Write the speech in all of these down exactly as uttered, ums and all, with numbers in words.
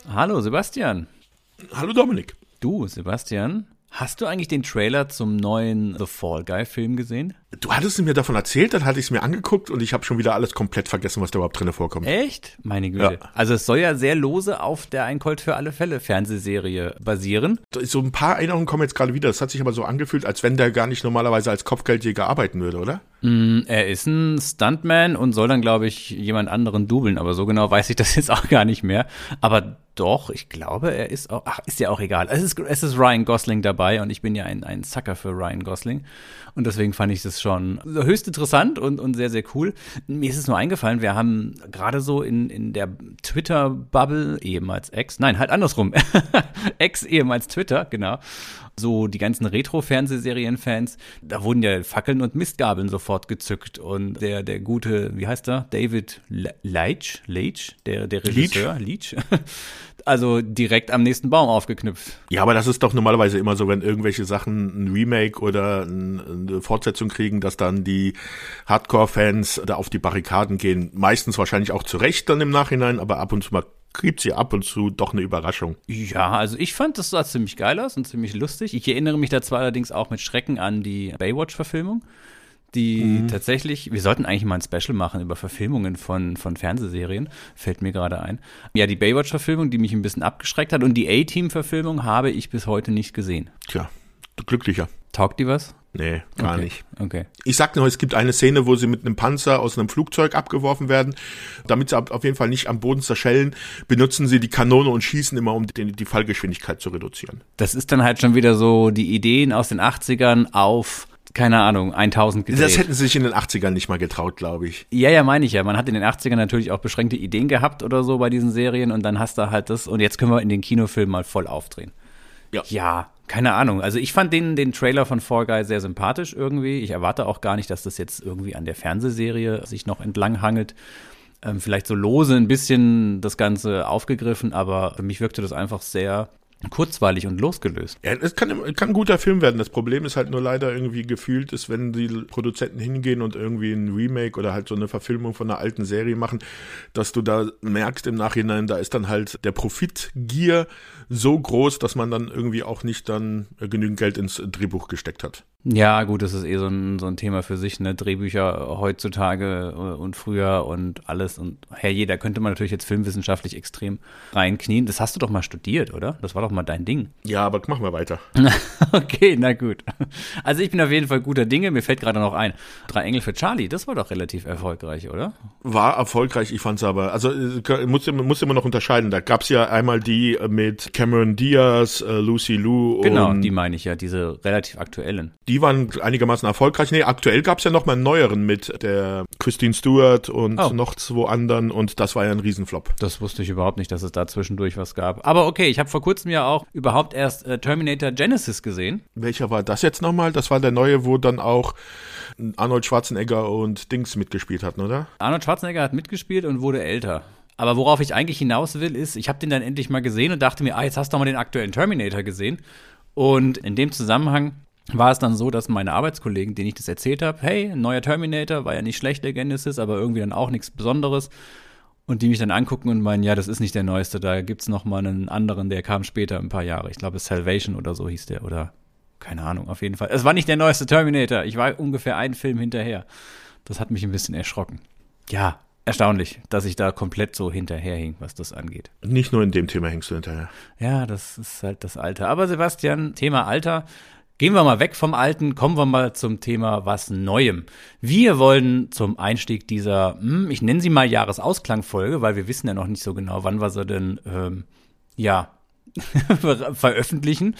Hallo Sebastian. Hallo Dominik. Du, Sebastian, hast du eigentlich den Trailer zum neuen The Fall Guy Film gesehen? Du hattest mir davon erzählt, dann hatte ich es mir angeguckt und ich habe schon wieder alles komplett vergessen, was da überhaupt drin vorkommt. Echt? Meine Güte. Ja. Also es soll ja sehr lose auf der Ein Colt für alle Fälle Fernsehserie basieren. So ein paar Erinnerungen kommen jetzt gerade wieder. Das hat sich aber so angefühlt, als wenn der gar nicht normalerweise als Kopfgeldjäger arbeiten würde, oder? Mm, er ist ein Stuntman und soll dann, glaube ich, jemand anderen dubeln. Aber so genau weiß ich das jetzt auch gar nicht mehr. Aber doch, ich glaube, er ist auch, ach, ist ja auch egal. Es ist, es ist Ryan Gosling dabei und ich bin ja ein, ein Sucker für Ryan Gosling. Und deswegen fand ich das schon höchst interessant und, und sehr, sehr cool. Mir ist es nur eingefallen, wir haben gerade so in, in der Twitter-Bubble, ehemals Ex, nein, halt andersrum, Ex, ehemals Twitter, genau, so die ganzen Retro-Fernsehserien-Fans, da wurden ja Fackeln und Mistgabeln sofort gezückt und der, der gute, wie heißt er, David Leitch, Leitch, der, der Regisseur, Leitch, also direkt am nächsten Baum aufgeknüpft. Ja, aber das ist doch normalerweise immer so, wenn irgendwelche Sachen ein Remake oder eine Fortsetzung kriegen, dass dann die Hardcore-Fans da auf die Barrikaden gehen. Meistens wahrscheinlich auch zu Recht dann im Nachhinein, aber ab und zu mal gibt sie ab und zu doch eine Überraschung. Ja, also ich fand, das sah ziemlich geil aus und ziemlich lustig. Ich erinnere mich da zwar allerdings auch mit Schrecken an die Baywatch-Verfilmung, die mhm. tatsächlich, wir sollten eigentlich mal ein Special machen über Verfilmungen von, von Fernsehserien, fällt mir gerade ein. Ja, die Baywatch-Verfilmung, die mich ein bisschen abgeschreckt hat und die A-Team-Verfilmung habe ich bis heute nicht gesehen. Tja, du Glücklicher. Taugt die was? Nee, gar okay. nicht. Okay. Ich sag nur, es gibt eine Szene, wo sie mit einem Panzer aus einem Flugzeug abgeworfen werden. Damit sie auf jeden Fall nicht am Boden zerschellen, benutzen sie die Kanone und schießen immer, um die, die Fallgeschwindigkeit zu reduzieren. Das ist dann halt schon wieder so die Ideen aus den achtzigern auf, keine Ahnung, tausend gedreht. Das hätten sie sich in den achtzigern nicht mal getraut, glaube ich. Ja, ja, meine ich ja. Man hat in den achtzigern natürlich auch beschränkte Ideen gehabt oder so bei diesen Serien und dann hast du halt das und jetzt können wir in den Kinofilmen mal voll aufdrehen. Ja. Ja, keine Ahnung. Also ich fand den, den Trailer von Fall Guy sehr sympathisch irgendwie. Ich erwarte auch gar nicht, dass das jetzt irgendwie an der Fernsehserie sich noch entlanghangelt. Ähm, vielleicht so lose ein bisschen das Ganze aufgegriffen, aber für mich wirkte das einfach sehr kurzweilig und losgelöst. Ja, es kann, kann ein guter Film werden. Das Problem ist halt nur leider irgendwie gefühlt, ist, wenn die Produzenten hingehen und irgendwie ein Remake oder halt so eine Verfilmung von einer alten Serie machen, dass du da merkst im Nachhinein, da ist dann halt der Profitgier so groß, dass man dann irgendwie auch nicht dann genügend Geld ins Drehbuch gesteckt hat. Ja, gut, das ist eh so ein, so ein Thema für sich, ne? Drehbücher heutzutage und früher und alles und herrje, da könnte man natürlich jetzt filmwissenschaftlich extrem reinknien. Das hast du doch mal studiert, oder? Das war doch mal dein Ding. Ja, aber machen wir weiter. Okay, na gut. Also ich bin auf jeden Fall guter Dinge. Mir fällt gerade noch ein, Drei Engel für Charlie, das war doch relativ erfolgreich, oder? War erfolgreich, ich fand's aber, also muss, muss immer noch unterscheiden. Da gab's ja einmal die mit Cameron Diaz, Lucy Liu. Genau, und die meine ich ja, diese relativ aktuellen. Die waren einigermaßen erfolgreich. Nee, aktuell gab's ja noch mal einen neueren mit der Kristen Stewart und oh. noch zwei anderen und das war ja ein Riesenflop. Das wusste ich überhaupt nicht, dass es da zwischendurch was gab. Aber okay, ich habe vor kurzem ja auch überhaupt erst äh, Terminator Genesis gesehen. Welcher war das jetzt nochmal? Das war der neue, wo dann auch Arnold Schwarzenegger und Dings mitgespielt hatten, oder? Arnold Schwarzenegger hat mitgespielt und wurde älter. Aber worauf ich eigentlich hinaus will, ist, ich habe den dann endlich mal gesehen und dachte mir, ah, jetzt hast du mal den aktuellen Terminator gesehen. Und in dem Zusammenhang war es dann so, dass meine Arbeitskollegen, denen ich das erzählt habe, hey, ein neuer Terminator, war ja nicht schlecht, der Genesis, aber irgendwie dann auch nichts Besonderes. Und die mich dann angucken und meinen, ja, das ist nicht der neueste, da gibt's noch mal einen anderen, der kam später ein paar Jahre. Ich glaube, Salvation oder so hieß der oder keine Ahnung, auf jeden Fall. Es war nicht der neueste Terminator, ich war ungefähr einen Film hinterher. Das hat mich ein bisschen erschrocken. Ja, erstaunlich, dass ich da komplett so hinterherhing, was das angeht. Nicht nur in dem Thema hängst du hinterher. Ja, das ist halt das Alter. Aber Sebastian, Thema Alter, gehen wir mal weg vom Alten, kommen wir mal zum Thema was Neuem. Wir wollen zum Einstieg dieser, ich nenne sie mal Jahresausklang-Folge, weil wir wissen ja noch nicht so genau, wann wir sie denn, ähm, ja, veröffentlichen.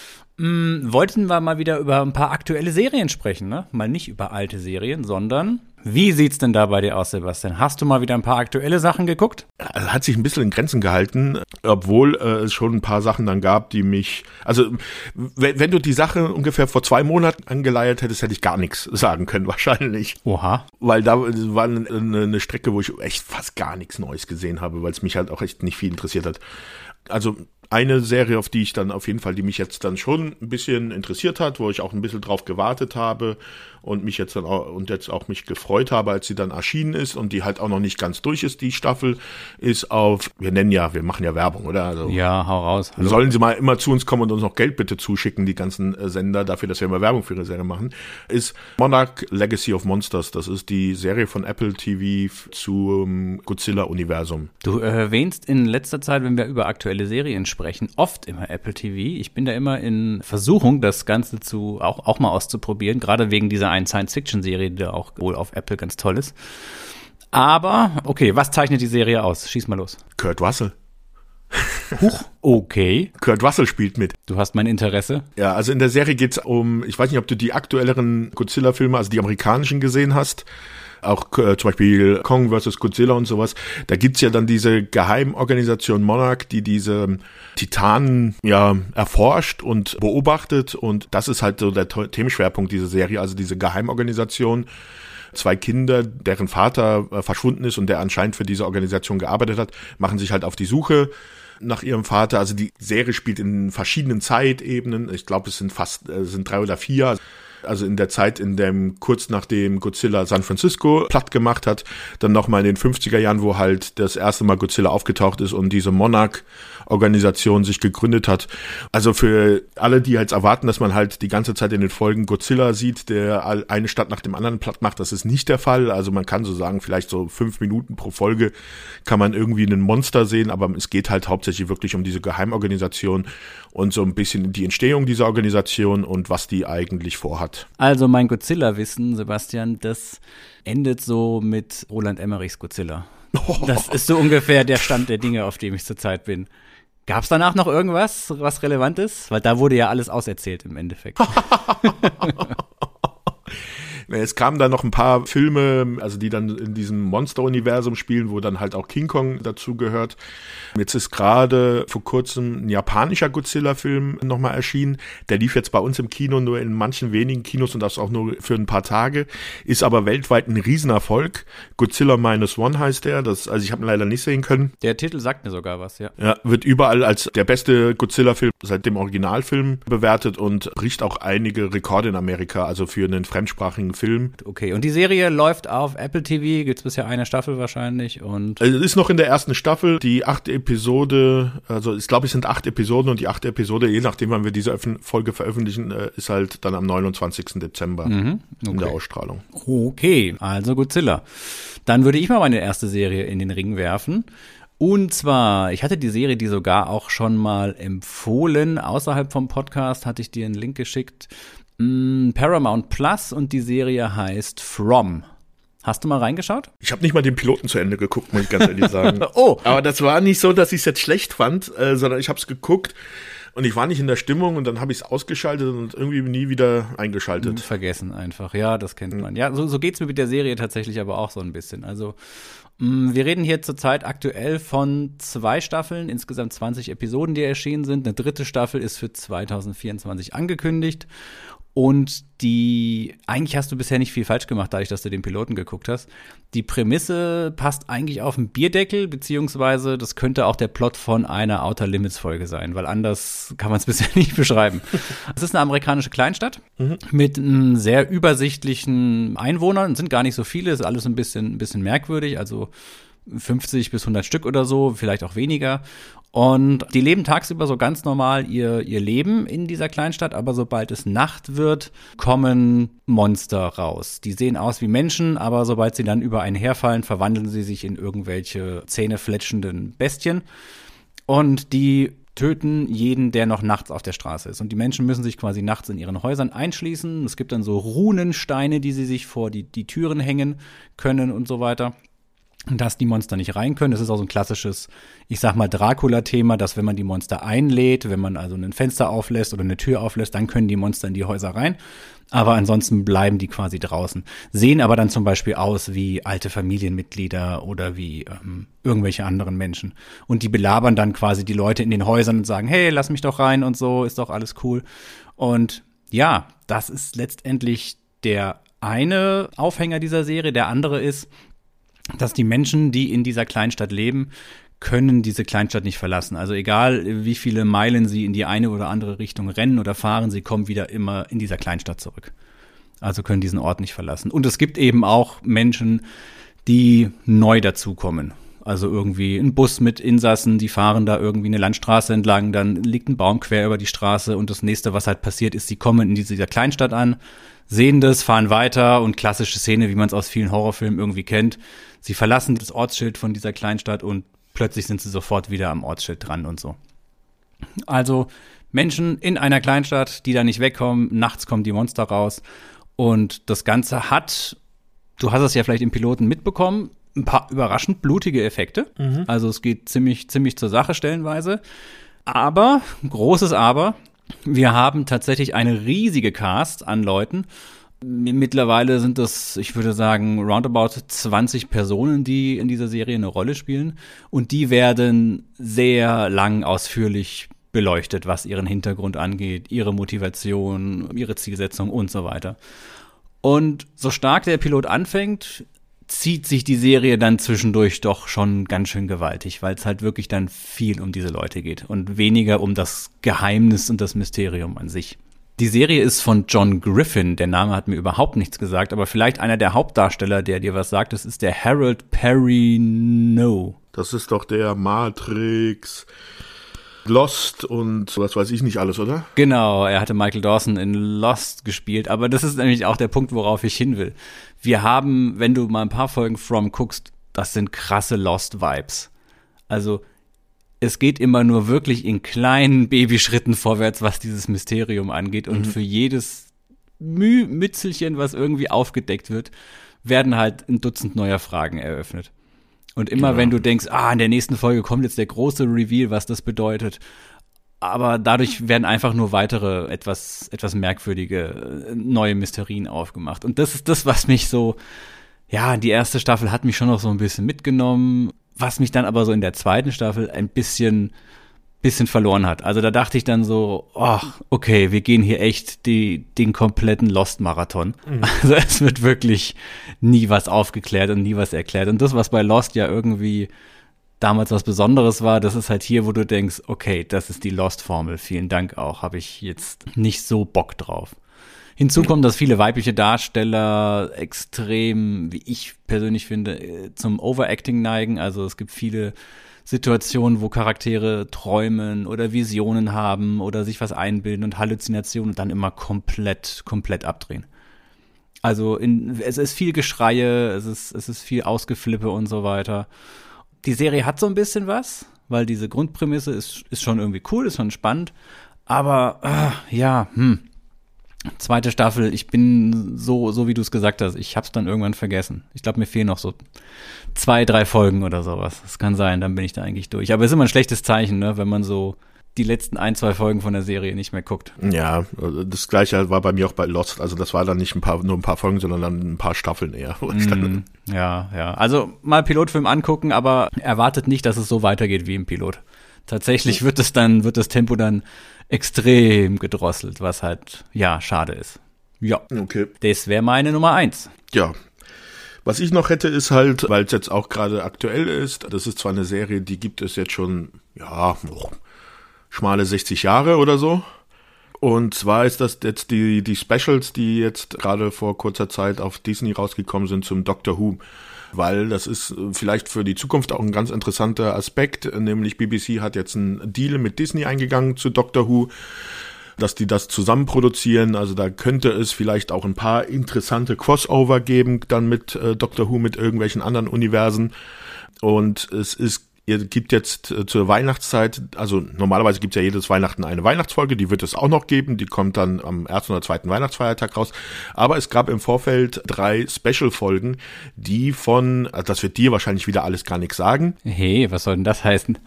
Hm, wollten wir mal wieder über ein paar aktuelle Serien sprechen, ne? Mal nicht über alte Serien, sondern wie sieht's denn da bei dir aus, Sebastian? Hast du mal wieder ein paar aktuelle Sachen geguckt? Also hat sich ein bisschen in Grenzen gehalten, obwohl äh, es schon ein paar Sachen dann gab, die mich, also wenn, wenn du die Sache ungefähr vor zwei Monaten angeleiert hättest, hätte ich gar nichts sagen können wahrscheinlich. Oha. Weil da war eine, eine Strecke, wo ich echt fast gar nichts Neues gesehen habe, weil es mich halt auch echt nicht viel interessiert hat. Also eine Serie, auf die ich dann auf jeden Fall, die mich jetzt dann schon ein bisschen interessiert hat, wo ich auch ein bisschen drauf gewartet habe und mich jetzt dann auch, und jetzt auch mich gefreut habe, als sie dann erschienen ist und die halt auch noch nicht ganz durch ist, die Staffel, ist auf, wir nennen ja, wir machen ja Werbung, oder? Also, ja, hau raus. Hallo. Sollen sie mal immer zu uns kommen und uns noch Geld bitte zuschicken, die ganzen äh, Sender, dafür, dass wir immer Werbung für ihre Serie machen, ist Monarch Legacy of Monsters. Das ist die Serie von Apple T V zum Godzilla-Universum. Du erwähnst in letzter Zeit, wenn wir über aktuelle Serien sprechen, oft immer Apple T V. Ich bin da immer in Versuchung, das Ganze zu auch, auch mal auszuprobieren, gerade wegen dieser einen Science-Fiction-Serie, die da auch wohl auf Apple ganz toll ist. Aber, okay, was zeichnet die Serie aus? Schieß mal los. Kurt Russell. Huch, okay. Kurt Russell spielt mit. Du hast mein Interesse. Ja, also in der Serie geht's um, ich weiß nicht, ob du die aktuelleren Godzilla-Filme, also die amerikanischen gesehen hast. Auch äh, zum Beispiel Kong versus Godzilla und sowas. Da gibt's ja dann diese Geheimorganisation Monarch, die diese Titanen ja erforscht und beobachtet. Und das ist halt so der Themenschwerpunkt dieser Serie, also diese Geheimorganisation. Zwei Kinder, deren Vater äh, verschwunden ist und der anscheinend für diese Organisation gearbeitet hat, machen sich halt auf die Suche nach ihrem Vater. Also die Serie spielt in verschiedenen Zeitebenen. Ich glaube, es sind fast äh, sind drei oder vier. Also in der Zeit, in dem kurz nachdem Godzilla San Francisco platt gemacht hat, dann nochmal in den fünfziger Jahren, wo halt das erste Mal Godzilla aufgetaucht ist und diese Monarch-Organisation sich gegründet hat. Also für alle, die jetzt erwarten, dass man halt die ganze Zeit in den Folgen Godzilla sieht, der eine Stadt nach dem anderen platt macht, das ist nicht der Fall. Also man kann so sagen, vielleicht so fünf Minuten pro Folge kann man irgendwie einen Monster sehen, aber es geht halt hauptsächlich wirklich um diese Geheimorganisation und so ein bisschen die Entstehung dieser Organisation und was die eigentlich vorhat. Also mein Godzilla-Wissen, Sebastian, das endet so mit Roland Emmerichs Godzilla. Das ist so ungefähr der Stand der Dinge, auf dem ich zurzeit bin. Gab es danach noch irgendwas, was relevant ist? Weil da wurde ja alles auserzählt im Endeffekt. Es kamen dann noch ein paar Filme, also die dann in diesem Monster-Universum spielen, wo dann halt auch King Kong dazu gehört. Jetzt ist gerade vor kurzem ein japanischer Godzilla-Film nochmal erschienen. Der lief jetzt bei uns im Kino nur in manchen wenigen Kinos und das auch nur für ein paar Tage. Ist aber weltweit ein Riesenerfolg. Godzilla Minus One heißt der. Das, also ich habe ihn leider nicht sehen können. Der Titel sagt mir sogar was, ja. Ja, wird überall als der beste Godzilla-Film seit dem Originalfilm bewertet und bricht auch einige Rekorde in Amerika, also für einen fremdsprachigen Film. Okay, und die Serie läuft auf Apple T V, gibt's bisher eine Staffel wahrscheinlich und also es ist noch in der ersten Staffel, die achte Episode, also ich glaube, es sind acht Episoden und die achte Episode, je nachdem, wann wir diese Öffn- Folge veröffentlichen, ist halt dann am neunundzwanzigsten Dezember mhm, okay. in der Ausstrahlung. Okay, also Godzilla. Dann würde ich mal meine erste Serie in den Ring werfen. Und zwar, ich hatte die Serie, die sogar auch schon mal empfohlen, außerhalb vom Podcast hatte ich dir einen Link geschickt, Paramount Plus und die Serie heißt From. Hast du mal reingeschaut? Ich habe nicht mal den Piloten zu Ende geguckt, muss ich ganz ehrlich sagen. Oh. Aber das war nicht so, dass ich es jetzt schlecht fand, äh, sondern ich habe es geguckt und ich war nicht in der Stimmung und dann habe ich es ausgeschaltet und irgendwie nie wieder eingeschaltet. Vergessen einfach, ja, das kennt man. Ja, so, so geht's mir mit der Serie tatsächlich aber auch so ein bisschen. Also mh, wir reden hier zurzeit aktuell von zwei Staffeln, insgesamt zwanzig Episoden, die erschienen sind. Eine dritte Staffel ist für zwanzig vierundzwanzig angekündigt. Und die, eigentlich hast du bisher nicht viel falsch gemacht, dadurch, dass du den Piloten geguckt hast. Die Prämisse passt eigentlich auf den Bierdeckel, beziehungsweise das könnte auch der Plot von einer Outer Limits Folge sein, weil anders kann man es bisher nicht beschreiben. Es ist eine amerikanische Kleinstadt mhm. mit einem sehr übersichtlichen Einwohnern, sind gar nicht so viele, ist alles ein bisschen, ein bisschen merkwürdig, also fünfzig bis hundert Stück oder so, vielleicht auch weniger. Und die leben tagsüber so ganz normal ihr, ihr Leben in dieser Kleinstadt, aber sobald es Nacht wird, kommen Monster raus. Die sehen aus wie Menschen, aber sobald sie dann über einen herfallen, verwandeln sie sich in irgendwelche zähnefletschenden Bestien. Und die töten jeden, der noch nachts auf der Straße ist. Und die Menschen müssen sich quasi nachts in ihren Häusern einschließen. Es gibt dann so Runensteine, die sie sich vor die, die Türen hängen können und so weiter. Dass die Monster nicht rein können. Das ist auch so ein klassisches, ich sag mal, Dracula-Thema, dass wenn man die Monster einlädt, wenn man also ein Fenster auflässt oder eine Tür auflässt, dann können die Monster in die Häuser rein. Aber ansonsten bleiben die quasi draußen. Sehen aber dann zum Beispiel aus wie alte Familienmitglieder oder wie ähm, irgendwelche anderen Menschen. Und die belabern dann quasi die Leute in den Häusern und sagen, hey, lass mich doch rein und so, ist doch alles cool. Und ja, das ist letztendlich der eine Aufhänger dieser Serie. Der andere ist, dass die Menschen, die in dieser Kleinstadt leben, können diese Kleinstadt nicht verlassen. Also egal, wie viele Meilen sie in die eine oder andere Richtung rennen oder fahren, sie kommen wieder immer in dieser Kleinstadt zurück. Also können diesen Ort nicht verlassen. Und es gibt eben auch Menschen, die neu dazukommen. Also irgendwie ein Bus mit Insassen, die fahren da irgendwie eine Landstraße entlang, dann liegt ein Baum quer über die Straße und das nächste, was halt passiert ist, sie kommen in dieser Kleinstadt an, sehen das, fahren weiter und klassische Szene, wie man es aus vielen Horrorfilmen irgendwie kennt. Sie verlassen das Ortsschild von dieser Kleinstadt und plötzlich sind sie sofort wieder am Ortsschild dran und so. Also Menschen in einer Kleinstadt, die da nicht wegkommen, nachts kommen die Monster raus und das Ganze hat, du hast es ja vielleicht im Piloten mitbekommen, ein paar überraschend blutige Effekte. Mhm. Also es geht ziemlich, ziemlich zur Sache stellenweise. Aber, großes Aber, wir haben tatsächlich eine riesige Cast an Leuten. Mittlerweile sind das, ich würde sagen, roundabout zwanzig Personen, die in dieser Serie eine Rolle spielen. Und die werden sehr lang ausführlich beleuchtet, was ihren Hintergrund angeht, ihre Motivation, ihre Zielsetzung und so weiter. Und so stark der Pilot anfängt, zieht sich die Serie dann zwischendurch doch schon ganz schön gewaltig, weil es halt wirklich dann viel um diese Leute geht und weniger um das Geheimnis und das Mysterium an sich. Die Serie ist von John Griffin, der Name hat mir überhaupt nichts gesagt, aber vielleicht einer der Hauptdarsteller, der dir was sagt, das ist der Harold Perrineau. Das ist doch der Matrix, Lost und was weiß ich nicht alles, oder? Genau, er hatte Michael Dawson in Lost gespielt, aber das ist nämlich auch der Punkt, worauf ich hin will. Wir haben, wenn du mal ein paar Folgen From guckst, das sind krasse Lost-Vibes. Also es geht immer nur wirklich in kleinen Babyschritten vorwärts, was dieses Mysterium angeht. Und mhm. für jedes Müh- Mützelchen, was irgendwie aufgedeckt wird, werden halt ein Dutzend neuer Fragen eröffnet. Und immer genau. wenn du denkst, ah, in der nächsten Folge kommt jetzt der große Reveal, was das bedeutet. Aber dadurch werden einfach nur weitere, etwas, etwas merkwürdige, neue Mysterien aufgemacht. Und das ist das, was mich so, ja, die erste Staffel hat mich schon noch so ein bisschen mitgenommen, was mich dann aber so in der zweiten Staffel ein bisschen, bisschen verloren hat. Also da dachte ich dann so, ach, okay, wir gehen hier echt die, den kompletten Lost-Marathon. Mhm. Also es wird wirklich nie was aufgeklärt und nie was erklärt. Und das, was bei Lost ja irgendwie damals was Besonderes war, das ist halt hier, wo du denkst, okay, das ist die Lost-Formel, vielen Dank auch, habe ich jetzt nicht so Bock drauf. Hinzu kommt, dass viele weibliche Darsteller extrem, wie ich persönlich finde, zum Overacting neigen. Also es gibt viele Situationen, wo Charaktere träumen oder Visionen haben oder sich was einbilden und Halluzinationen und dann immer komplett, komplett abdrehen. Also in, es ist viel Geschreie, es ist, es ist viel Ausgeflippe und so weiter. Die Serie hat so ein bisschen was, weil diese Grundprämisse ist, ist schon irgendwie cool, ist schon spannend. Aber äh, ja, hm. Zweite Staffel, ich bin so, so wie du es gesagt hast, ich hab's dann irgendwann vergessen. Ich glaube, mir fehlen noch so zwei, drei Folgen oder sowas. Das kann sein, dann bin ich da eigentlich durch. Aber es ist immer ein schlechtes Zeichen, ne, wenn man so die letzten ein, zwei Folgen von der Serie nicht mehr guckt. Ja, das Gleiche war bei mir auch bei Lost. Also das war dann nicht ein paar, nur ein paar Folgen, sondern dann ein paar Staffeln eher. Mm, ja, ja. Also mal Pilotfilm angucken, aber erwartet nicht, dass es so weitergeht wie im Pilot. Tatsächlich wird es dann, wird das Tempo dann extrem gedrosselt, was halt, ja, schade ist. Ja, okay. Das wäre meine Nummer eins. Ja. Was ich noch hätte, ist halt, weil es jetzt auch gerade aktuell ist, das ist zwar eine Serie, die gibt es jetzt schon, ja, oh, schmale sechzig Jahre oder so. Und zwar ist das jetzt die, die Specials, die jetzt gerade vor kurzer Zeit auf Disney rausgekommen sind zum Doctor Who. Weil das ist vielleicht für die Zukunft auch ein ganz interessanter Aspekt, nämlich B B C hat jetzt einen Deal mit Disney eingegangen zu Doctor Who, dass die das zusammen produzieren, also da könnte es vielleicht auch ein paar interessante Crossover geben, dann mit äh, Doctor Who, mit irgendwelchen anderen Universen und es ist Ihr gibt jetzt äh, zur Weihnachtszeit, also normalerweise gibt es ja jedes Weihnachten eine Weihnachtsfolge, die wird es auch noch geben, die kommt dann am ersten oder zweiten Weihnachtsfeiertag raus. Aber es gab im Vorfeld drei Special-Folgen, die von, also das wird dir wahrscheinlich wieder alles gar nichts sagen. Hey, was soll denn das heißen?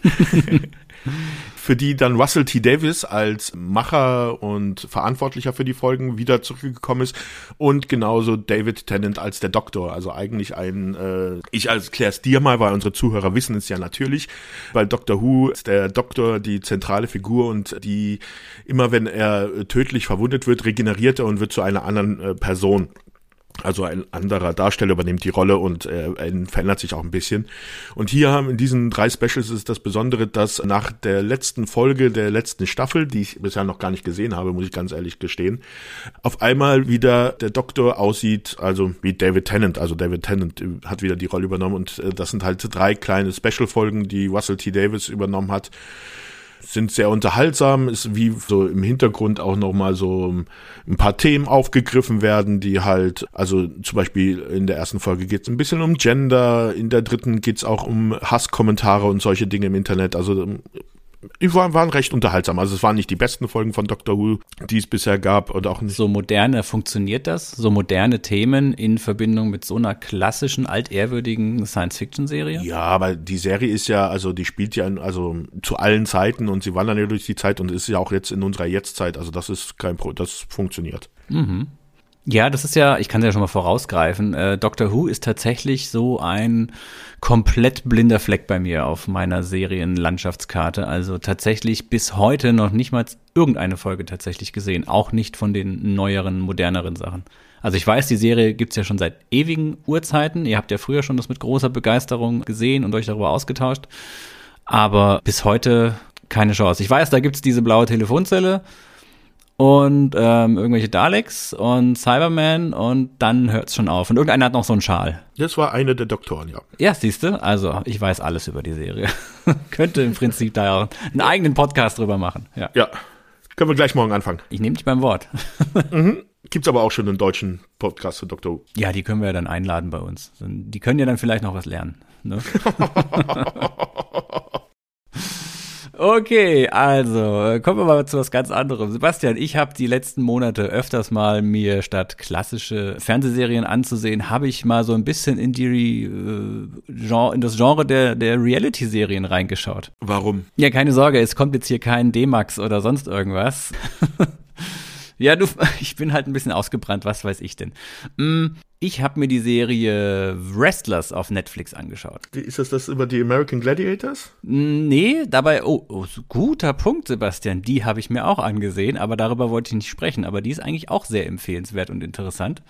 Für die dann Russell T. Davies als Macher und Verantwortlicher für die Folgen wieder zurückgekommen ist und genauso David Tennant als der Doktor, also eigentlich ein, äh, ich erklär's dir mal, weil unsere Zuhörer wissen es ja natürlich, weil Doctor Who ist der Doktor die zentrale Figur und die immer wenn er tödlich verwundet wird, regeneriert er und wird zu einer anderen äh, Person. Also ein anderer Darsteller übernimmt die Rolle und äh, verändert sich auch ein bisschen. Und hier haben in diesen drei Specials ist das Besondere, dass nach der letzten Folge der letzten Staffel, die ich bisher noch gar nicht gesehen habe, muss ich ganz ehrlich gestehen, auf einmal wieder der Doktor aussieht, also wie David Tennant. Also David Tennant hat wieder die Rolle übernommen und äh, das sind halt drei kleine Special-Folgen, die Russell T. Davies übernommen hat. Sind sehr unterhaltsam, ist wie so im Hintergrund auch nochmal so ein paar Themen aufgegriffen werden, die halt, also zum Beispiel in der ersten Folge geht es ein bisschen um Gender, in der dritten geht es auch um Hasskommentare und solche Dinge im Internet, also die waren, waren recht unterhaltsam. Also es waren nicht die besten Folgen von Doctor Who, die es bisher gab und auch nicht. So moderne, funktioniert das? So moderne Themen in Verbindung mit so einer klassischen, altehrwürdigen Science-Fiction-Serie? Ja, aber die Serie ist ja, also die spielt ja also zu allen Zeiten und sie wandern ja durch die Zeit und ist ja auch jetzt in unserer Jetztzeit. Also das ist kein Pro, das funktioniert. Mhm. Ja, das ist ja, ich kann ja schon mal vorausgreifen, äh, Doctor Who ist tatsächlich so ein komplett blinder Fleck bei mir auf meiner Serienlandschaftskarte. Also tatsächlich bis heute noch nicht mal irgendeine Folge tatsächlich gesehen. Auch nicht von den neueren, moderneren Sachen. Also ich weiß, die Serie gibt's ja schon seit ewigen Urzeiten. Ihr habt ja früher schon das mit großer Begeisterung gesehen und euch darüber ausgetauscht. Aber bis heute keine Chance. Ich weiß, da gibt's diese blaue Telefonzelle und ähm, irgendwelche Daleks und Cyberman und dann hört's schon auf. Und irgendeiner hat noch so einen Schal. Das war eine der Doktoren, ja. Ja, siehste, also ich weiß alles über die Serie. Könnte im Prinzip da auch einen eigenen Podcast drüber machen. Ja. Ja, können wir gleich morgen anfangen. Ich nehme dich beim Wort. Mhm. Gibt's aber auch schon einen deutschen Podcast zu Doctor Who. Ja, die können wir ja dann einladen bei uns. Die können ja dann vielleicht noch was lernen. Ne? Okay, also kommen wir mal zu was ganz anderem. Sebastian, ich habe die letzten Monate öfters mal mir statt klassische Fernsehserien anzusehen, habe ich mal so ein bisschen in die äh, Genre, in das Genre der der Reality-Serien reingeschaut. Warum? Ja, keine Sorge, es kommt jetzt hier kein D-Max oder sonst irgendwas. Ja, du, ich bin halt ein bisschen ausgebrannt, was weiß ich denn. Ich habe mir die Serie Wrestlers auf Netflix angeschaut. Ist das das über die American Gladiators? Nee, dabei, oh, oh guter Punkt, Sebastian, die habe ich mir auch angesehen, aber darüber wollte ich nicht sprechen. Aber die ist eigentlich auch sehr empfehlenswert und interessant.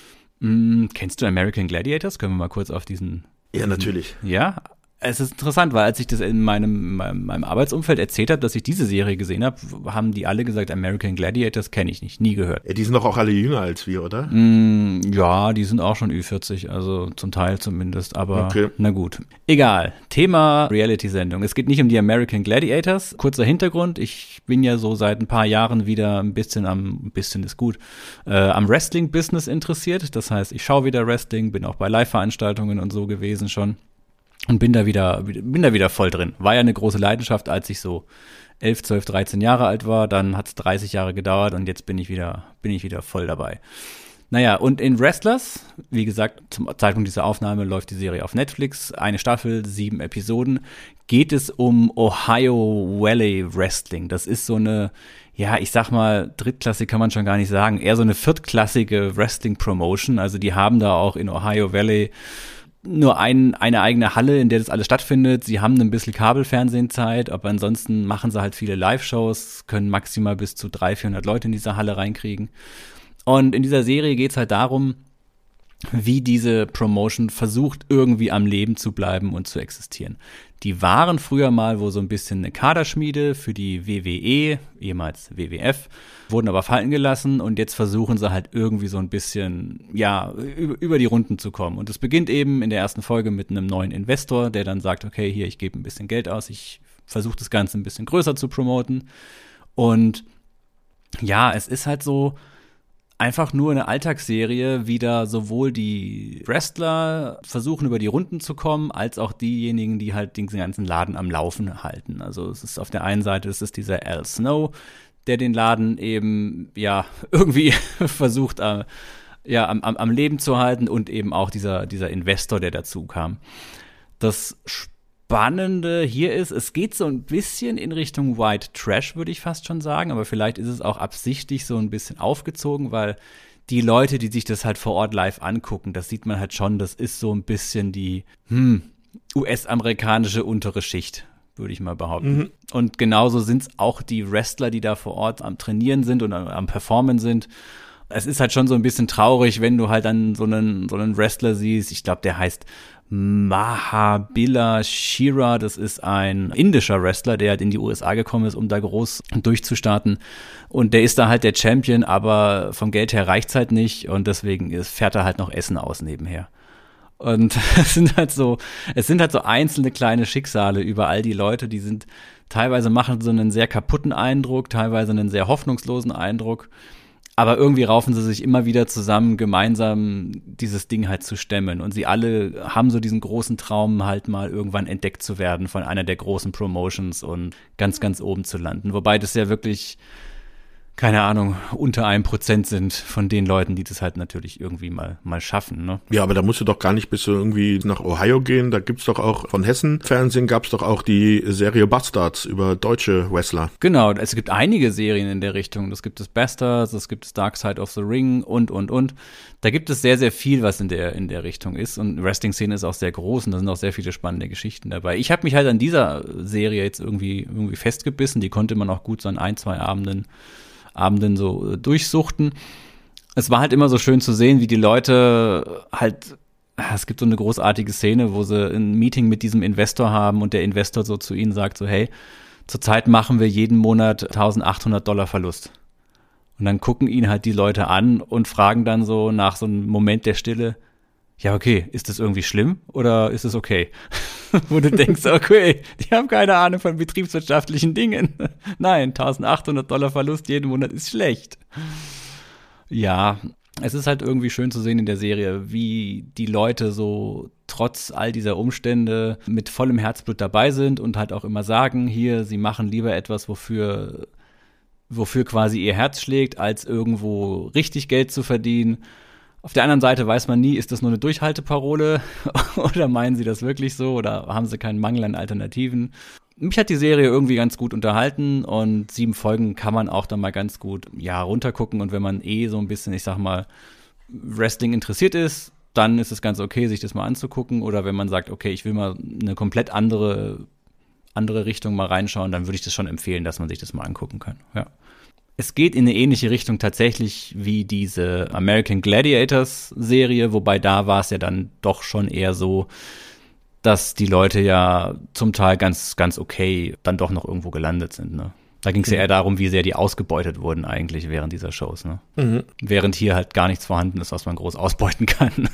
Hm, kennst du American Gladiators? Können wir mal kurz auf diesen... Ja, natürlich. Ja, es ist interessant, weil als ich das in meinem, meinem, meinem Arbeitsumfeld erzählt habe, dass ich diese Serie gesehen habe, haben die alle gesagt, American Gladiators kenne ich nicht, nie gehört. Ja, die sind doch auch alle jünger als wir, oder? Mm, ja, die sind auch schon Ü vierzig, also zum Teil zumindest, aber okay. Na gut. Egal, Thema Reality-Sendung. Es geht nicht um die American Gladiators. Kurzer Hintergrund, ich bin ja so seit ein paar Jahren wieder ein bisschen am, ein bisschen ist gut, äh, am Wrestling-Business interessiert. Das heißt, ich schaue wieder Wrestling, bin auch bei Live-Veranstaltungen und so gewesen schon. Und bin da wieder, bin da wieder voll drin. War ja eine große Leidenschaft, als ich so elf, zwölf, dreizehn Jahre alt war. Dann hat es dreißig Jahre gedauert und jetzt bin ich wieder, bin ich wieder voll dabei. Naja, und in Wrestlers, wie gesagt, zum Zeitpunkt dieser Aufnahme läuft die Serie auf Netflix. Eine Staffel, sieben Episoden. Geht es um Ohio Valley Wrestling. Das ist so eine, ja, ich sag mal, drittklassig kann man schon gar nicht sagen. Eher so eine viertklassige Wrestling-Promotion. Also die haben da auch in Ohio Valley nur ein, eine eigene Halle, in der das alles stattfindet. Sie haben ein bisschen Kabelfernsehenzeit, aber ansonsten machen sie halt viele Live-Shows, können maximal bis zu dreihundert, vierhundert Leute in diese Halle reinkriegen. Und in dieser Serie geht's halt darum, wie diese Promotion versucht, irgendwie am Leben zu bleiben und zu existieren. Die waren früher mal wo so ein bisschen eine Kaderschmiede für die W W E, ehemals W W F, wurden aber fallen gelassen und jetzt versuchen sie halt irgendwie so ein bisschen, ja, über die Runden zu kommen. Und es beginnt eben in der ersten Folge mit einem neuen Investor, der dann sagt, okay, hier, ich gebe ein bisschen Geld aus, ich versuche das Ganze ein bisschen größer zu promoten. Und ja, es ist halt so einfach nur eine Alltagsserie, wie da sowohl die Wrestler versuchen, über die Runden zu kommen, als auch diejenigen, die halt den ganzen Laden am Laufen halten. Also es ist auf der einen Seite, es ist dieser Al Snow, der den Laden eben, ja, irgendwie versucht, äh, ja, am, am, am Leben zu halten und eben auch dieser, dieser Investor, der dazu kam. Das Spannende hier ist, es geht so ein bisschen in Richtung White Trash, würde ich fast schon sagen, aber vielleicht ist es auch absichtlich so ein bisschen aufgezogen, weil die Leute, die sich das halt vor Ort live angucken, das sieht man halt schon, das ist so ein bisschen die hm, U S-amerikanische untere Schicht, würde ich mal behaupten. Mhm. Und genauso sind es auch die Wrestler, die da vor Ort am Trainieren sind und am, am Performen sind. Es ist halt schon so ein bisschen traurig, wenn du halt dann so einen, so einen Wrestler siehst. Ich glaube, der heißt Mahabila Shira. Das ist ein indischer Wrestler, der halt in die U S A gekommen ist, um da groß durchzustarten. Und der ist da halt der Champion, aber vom Geld her reicht's halt nicht. Und deswegen ist, fährt er halt noch Essen aus nebenher. Und es sind halt so, es sind halt so einzelne kleine Schicksale über all die Leute, die sind, teilweise machen so einen sehr kaputten Eindruck, teilweise einen sehr hoffnungslosen Eindruck. Aber irgendwie raufen sie sich immer wieder zusammen, gemeinsam dieses Ding halt zu stemmen. Und sie alle haben so diesen großen Traum, halt mal irgendwann entdeckt zu werden von einer der großen Promotions und ganz, ganz oben zu landen. Wobei das ja wirklich, keine Ahnung, unter einem Prozent sind von den Leuten, die das halt natürlich irgendwie mal mal schaffen, ne? Ja, aber da musst du doch gar nicht bis so irgendwie nach Ohio gehen. Da gibt's doch auch, von Hessen Fernsehen gab's doch auch die Serie Bastards über deutsche Wrestler. Genau, es gibt einige Serien in der Richtung. Es gibt das Bastards, es gibt das Dark Side of the Ring und, und, und. Da gibt es sehr, sehr viel, was in der in der Richtung ist. Und Wrestling-Szene ist auch sehr groß und da sind auch sehr viele spannende Geschichten dabei. Ich habe mich halt an dieser Serie jetzt irgendwie irgendwie festgebissen. Die konnte man auch gut so an ein, zwei Abenden Abenden so durchsuchten. Es war halt immer so schön zu sehen, wie die Leute halt, es gibt so eine großartige Szene, wo sie ein Meeting mit diesem Investor haben und der Investor so zu ihnen sagt so, hey, zurzeit machen wir jeden Monat eintausendachthundert Dollar Verlust. Und dann gucken ihn halt die Leute an und fragen dann so nach so einem Moment der Stille, ja, okay, ist das irgendwie schlimm oder ist es okay? Wo du denkst, okay, die haben keine Ahnung von betriebswirtschaftlichen Dingen. Nein, eintausendachthundert Dollar Verlust jeden Monat ist schlecht. Ja, es ist halt irgendwie schön zu sehen in der Serie, wie die Leute so trotz all dieser Umstände mit vollem Herzblut dabei sind und halt auch immer sagen, hier, sie machen lieber etwas, wofür, wofür quasi ihr Herz schlägt, als irgendwo richtig Geld zu verdienen. Auf der anderen Seite weiß man nie, ist das nur eine Durchhalteparole oder meinen sie das wirklich so oder haben sie keinen Mangel an Alternativen? Mich hat die Serie irgendwie ganz gut unterhalten und sieben Folgen kann man auch dann mal ganz gut, ja, runtergucken und wenn man eh so ein bisschen, ich sag mal, Wrestling interessiert ist, dann ist es ganz okay, sich das mal anzugucken oder wenn man sagt, okay, ich will mal eine komplett andere, andere Richtung mal reinschauen, dann würde ich das schon empfehlen, dass man sich das mal angucken kann, ja. Es geht in eine ähnliche Richtung tatsächlich wie diese American Gladiators Serie, wobei da war es ja dann doch schon eher so, dass die Leute ja zum Teil ganz, ganz okay dann doch noch irgendwo gelandet sind, ne? Da ging es ja eher darum, wie sehr die ausgebeutet wurden eigentlich während dieser Shows, ne? Mhm. Während hier halt gar nichts vorhanden ist, was man groß ausbeuten kann.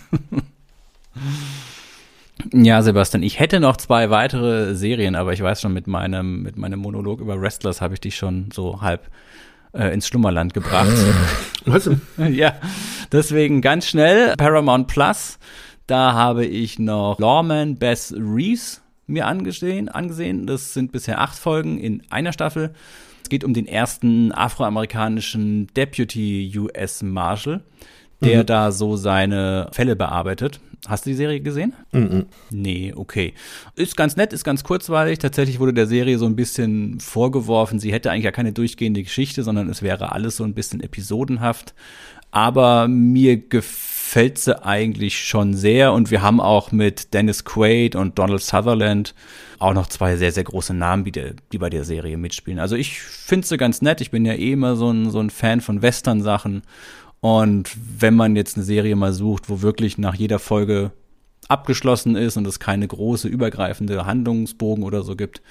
Ja, Sebastian, ich hätte noch zwei weitere Serien, aber ich weiß schon, mit meinem, mit meinem Monolog über Wrestlers habe ich dich schon so halb ins Schlummerland gebracht. Was? Ja, deswegen ganz schnell Paramount Plus. Da habe ich noch Lawman Bess Reeves mir angesehen, angesehen. Das sind bisher acht Folgen in einer Staffel. Es geht um den ersten afroamerikanischen Deputy U S Marshal, der mhm. da so seine Fälle bearbeitet. Hast du die Serie gesehen? Mhm. Nee, okay. Ist ganz nett, ist ganz kurzweilig. Tatsächlich wurde der Serie so ein bisschen vorgeworfen, sie hätte eigentlich ja keine durchgehende Geschichte, sondern es wäre alles so ein bisschen episodenhaft. Aber mir gefällt sie eigentlich schon sehr und wir haben auch mit Dennis Quaid und Donald Sutherland auch noch zwei sehr, sehr große Namen, die, der, die bei der Serie mitspielen. Also ich finde sie ganz nett. Ich bin ja eh immer so ein, so ein Fan von Western-Sachen. Und wenn man jetzt eine Serie mal sucht, wo wirklich nach jeder Folge abgeschlossen ist und es keine große, übergreifende Handlungsbogen oder so gibt,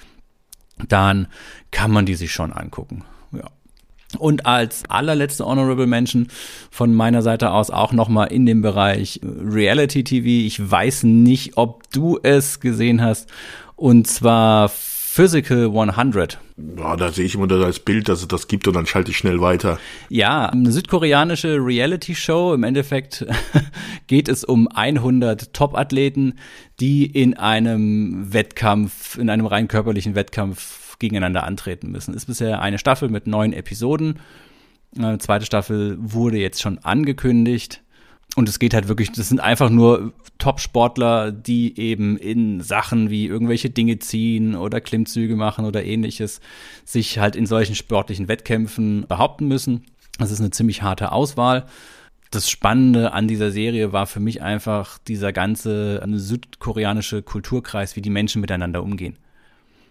dann kann man die sich schon angucken. Ja. Und als allerletzte Honorable Mention von meiner Seite aus auch nochmal in dem Bereich Reality T V. Ich weiß nicht, ob du es gesehen hast. Und zwar Physical hundert. Ja, da sehe ich immer das als Bild, dass es das gibt und dann schalte ich schnell weiter. Ja, eine südkoreanische Reality-Show. Im Endeffekt geht es um hundert Top-Athleten, die in einem Wettkampf, in einem rein körperlichen Wettkampf gegeneinander antreten müssen. Ist bisher eine Staffel mit neun Episoden. Eine zweite Staffel wurde jetzt schon angekündigt. Und es geht halt wirklich, das sind einfach nur Top-Sportler, die eben in Sachen wie irgendwelche Dinge ziehen oder Klimmzüge machen oder ähnliches, sich halt in solchen sportlichen Wettkämpfen behaupten müssen. Das ist eine ziemlich harte Auswahl. Das Spannende an dieser Serie war für mich einfach dieser ganze südkoreanische Kulturkreis, wie die Menschen miteinander umgehen.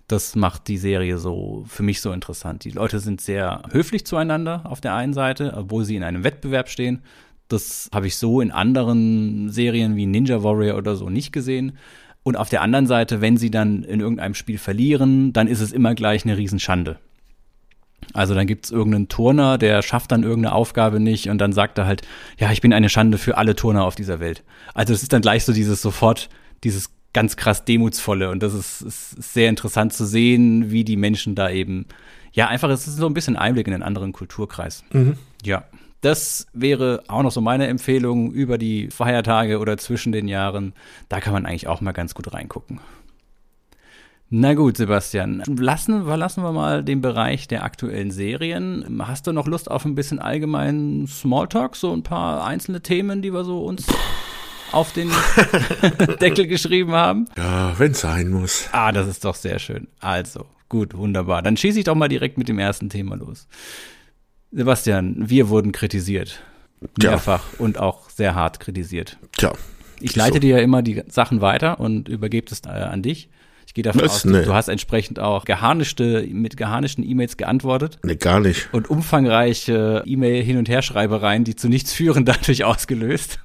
Das macht die Serie so für mich so interessant. Die Leute sind sehr höflich zueinander auf der einen Seite, obwohl sie in einem Wettbewerb stehen. Das habe ich so in anderen Serien wie Ninja Warrior oder so nicht gesehen. Und auf der anderen Seite, wenn sie dann in irgendeinem Spiel verlieren, dann ist es immer gleich eine Riesenschande. Also dann gibt es irgendeinen Turner, der schafft dann irgendeine Aufgabe nicht und dann sagt er halt, ja, ich bin eine Schande für alle Turner auf dieser Welt. Also es ist dann gleich so dieses sofort, dieses ganz krass Demutsvolle und das ist, ist sehr interessant zu sehen, wie die Menschen da eben, ja, einfach, es ist so ein bisschen Einblick in einen anderen Kulturkreis. Mhm. Ja, das wäre auch noch so meine Empfehlung über die Feiertage oder zwischen den Jahren. Da kann man eigentlich auch mal ganz gut reingucken. Na gut, Sebastian, lassen, verlassen wir mal den Bereich der aktuellen Serien. Hast du noch Lust auf ein bisschen allgemeinen Smalltalk, so ein paar einzelne Themen, die wir so uns auf den Deckel geschrieben haben? Ja, wenn es sein muss. Ah, das ist doch sehr schön. Also, gut, wunderbar. Dann schieße ich doch mal direkt mit dem ersten Thema los. Sebastian, wir wurden kritisiert. Mehrfach ja. Und auch sehr hart kritisiert. Tja. Ich leite so. dir ja immer die Sachen weiter und übergebe es äh, an dich. Ich gehe davon Was? aus, du, nee. du hast entsprechend auch geharnischte, mit geharnischten E-Mails geantwortet. Nee, gar nicht. Und umfangreiche E-Mail-Hin- und Herschreibereien, die zu nichts führen, dadurch ausgelöst.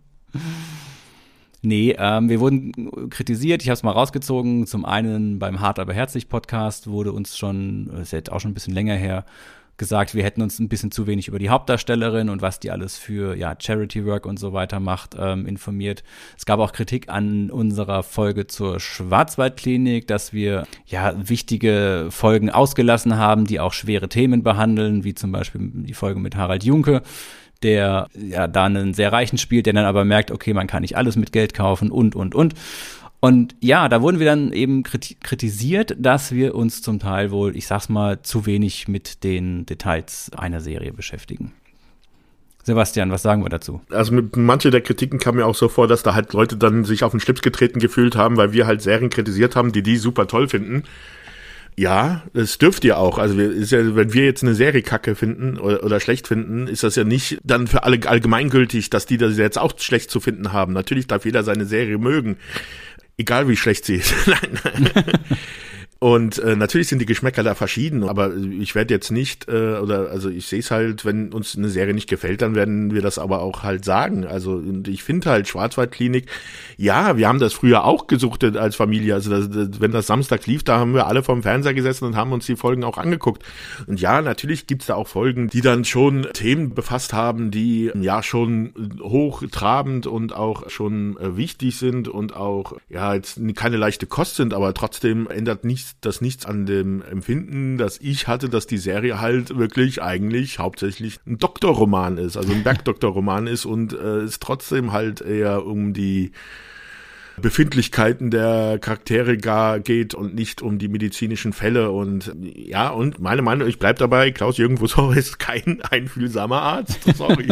Nee, ähm, wir wurden kritisiert, ich habe es mal rausgezogen. Zum einen beim Hart aber herzlich Podcast wurde uns schon, das ist jetzt auch schon ein bisschen länger her, gesagt, wir hätten uns ein bisschen zu wenig über die Hauptdarstellerin und was die alles für ja Charity Work und so weiter macht, ähm, informiert. Es gab auch Kritik an unserer Folge zur Schwarzwaldklinik, dass wir ja wichtige Folgen ausgelassen haben, die auch schwere Themen behandeln, wie zum Beispiel die Folge mit Harald Junke, der ja da einen sehr Reichen spielt, der dann aber merkt, okay, man kann nicht alles mit Geld kaufen und, und, und. Und ja, da wurden wir dann eben kritisiert, dass wir uns zum Teil wohl, ich sag's mal, zu wenig mit den Details einer Serie beschäftigen. Sebastian, was sagen wir dazu? Also mit manche der Kritiken kam mir auch so vor, dass da halt Leute dann sich auf den Schlips getreten gefühlt haben, weil wir halt Serien kritisiert haben, die die super toll finden. Ja, das dürft ihr auch. Also wir, ist ja, wenn wir jetzt eine Serie kacke finden oder, oder schlecht finden, ist das ja nicht dann für alle allgemeingültig, dass die das jetzt auch schlecht zu finden haben. Natürlich darf jeder seine Serie mögen. Egal wie schlecht sie ist. Nein. Und äh, natürlich sind die Geschmäcker da verschieden, aber ich werde jetzt nicht, äh, oder also ich sehe es halt, wenn uns eine Serie nicht gefällt, dann werden wir das aber auch halt sagen. Also und ich finde halt Schwarzwaldklinik, ja, wir haben das früher auch gesuchtet als Familie. Also das, das, wenn das samstags lief, da haben wir alle vorm Fernseher gesessen und haben uns die Folgen auch angeguckt. Und ja, natürlich gibt's da auch Folgen, die dann schon Themen befasst haben, die ja schon hochtrabend und auch schon äh, wichtig sind und auch ja jetzt keine leichte Kost sind, aber trotzdem ändert nichts dass nichts an dem Empfinden, das ich hatte, dass die Serie halt wirklich eigentlich hauptsächlich ein Doktorroman ist, also ein Bergdoktorroman ist und äh, es trotzdem halt eher um die Befindlichkeiten der Charaktere gar geht und nicht um die medizinischen Fälle und ja, und meine Meinung, ich bleib dabei, Klaus-Jürgen Wussauer ist kein einfühlsamer Arzt, sorry.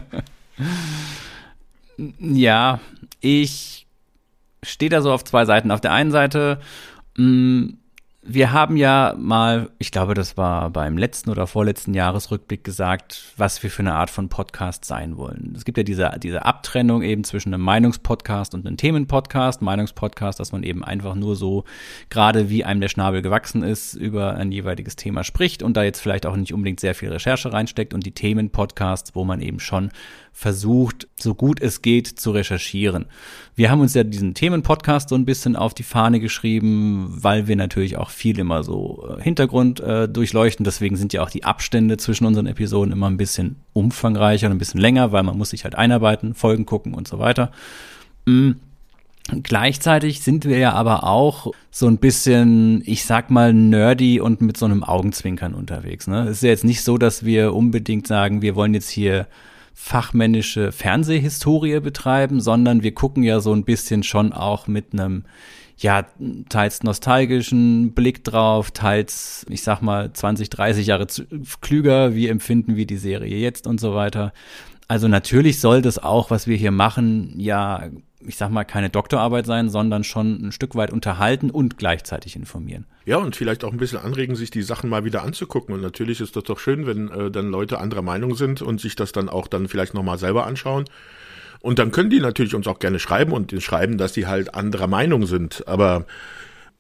Ja, ich stehe da so auf zwei Seiten. Auf der einen Seite mh, wir haben ja mal, ich glaube, das war beim letzten oder vorletzten Jahresrückblick gesagt, was wir für eine Art von Podcast sein wollen. Es gibt ja diese, diese Abtrennung eben zwischen einem Meinungspodcast und einem Themenpodcast. Meinungspodcast, dass man eben einfach nur so, gerade wie einem der Schnabel gewachsen ist, über ein jeweiliges Thema spricht und da jetzt vielleicht auch nicht unbedingt sehr viel Recherche reinsteckt und die Themenpodcasts, wo man eben schon versucht, so gut es geht, zu recherchieren. Wir haben uns ja diesen Themenpodcast so ein bisschen auf die Fahne geschrieben, weil wir natürlich auch viel immer so Hintergrund äh, durchleuchten. Deswegen sind ja auch die Abstände zwischen unseren Episoden immer ein bisschen umfangreicher und ein bisschen länger, weil man muss sich halt einarbeiten, Folgen gucken und so weiter. Mhm. Gleichzeitig sind wir ja aber auch so ein bisschen, ich sag mal, nerdy und mit so einem Augenzwinkern unterwegs. Ne? Es ist ja jetzt nicht so, dass wir unbedingt sagen, wir wollen jetzt hier fachmännische Fernsehhistorie betreiben, sondern wir gucken ja so ein bisschen schon auch mit einem, ja, teils nostalgischen Blick drauf, teils, ich sag mal, zwanzig, dreißig Jahre klüger, wie empfinden wir die Serie jetzt und so weiter. Also natürlich soll das auch, was wir hier machen, ja, ich sag mal, keine Doktorarbeit sein, sondern schon ein Stück weit unterhalten und gleichzeitig informieren. Ja, und vielleicht auch ein bisschen anregen, sich die Sachen mal wieder anzugucken. Und natürlich ist das doch schön, wenn äh, dann Leute anderer Meinung sind und sich das dann auch dann vielleicht nochmal selber anschauen. Und dann können die natürlich uns auch gerne schreiben und schreiben, dass die halt anderer Meinung sind. Aber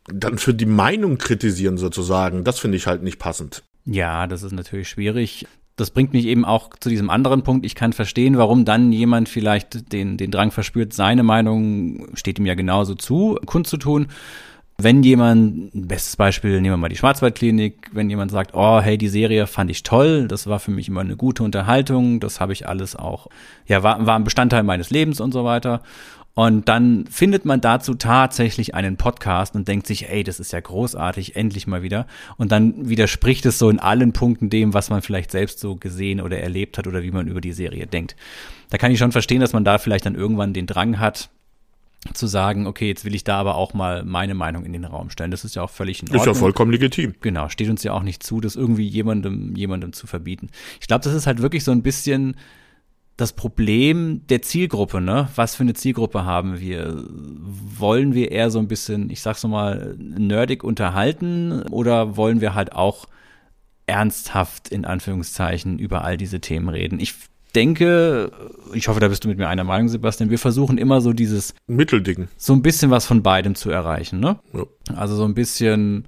dann für die Meinung kritisieren sozusagen, das finde ich halt nicht passend. Ja, das ist natürlich schwierig. Das bringt mich eben auch zu diesem anderen Punkt. Ich kann verstehen, warum dann jemand vielleicht den, den Drang verspürt, seine Meinung, steht ihm ja genauso zu, kundzutun. Wenn jemand, bestes Beispiel, nehmen wir mal die Schwarzwaldklinik, wenn jemand sagt, oh, hey, die Serie fand ich toll, das war für mich immer eine gute Unterhaltung, das habe ich alles auch, ja, war, war ein Bestandteil meines Lebens und so weiter. Und dann findet man dazu tatsächlich einen Podcast und denkt sich, ey, das ist ja großartig, endlich mal wieder. Und dann widerspricht es so in allen Punkten dem, was man vielleicht selbst so gesehen oder erlebt hat oder wie man über die Serie denkt. Da kann ich schon verstehen, dass man da vielleicht dann irgendwann den Drang hat, zu sagen, okay, jetzt will ich da aber auch mal meine Meinung in den Raum stellen. Das ist ja auch völlig in Ordnung. Ist ja vollkommen legitim. Genau, steht uns ja auch nicht zu, das irgendwie jemandem, jemandem zu verbieten. Ich glaube, das ist halt wirklich so ein bisschen das Problem der Zielgruppe, ne? Was für eine Zielgruppe haben wir? Wollen wir eher so ein bisschen, ich sag's nochmal, nerdig unterhalten oder wollen wir halt auch ernsthaft in Anführungszeichen über all diese Themen reden? Ich denke, ich hoffe, da bist du mit mir einer Meinung, Sebastian, wir versuchen immer so dieses Mittelding. So ein bisschen was von beidem zu erreichen, ne? Ja. Also so ein bisschen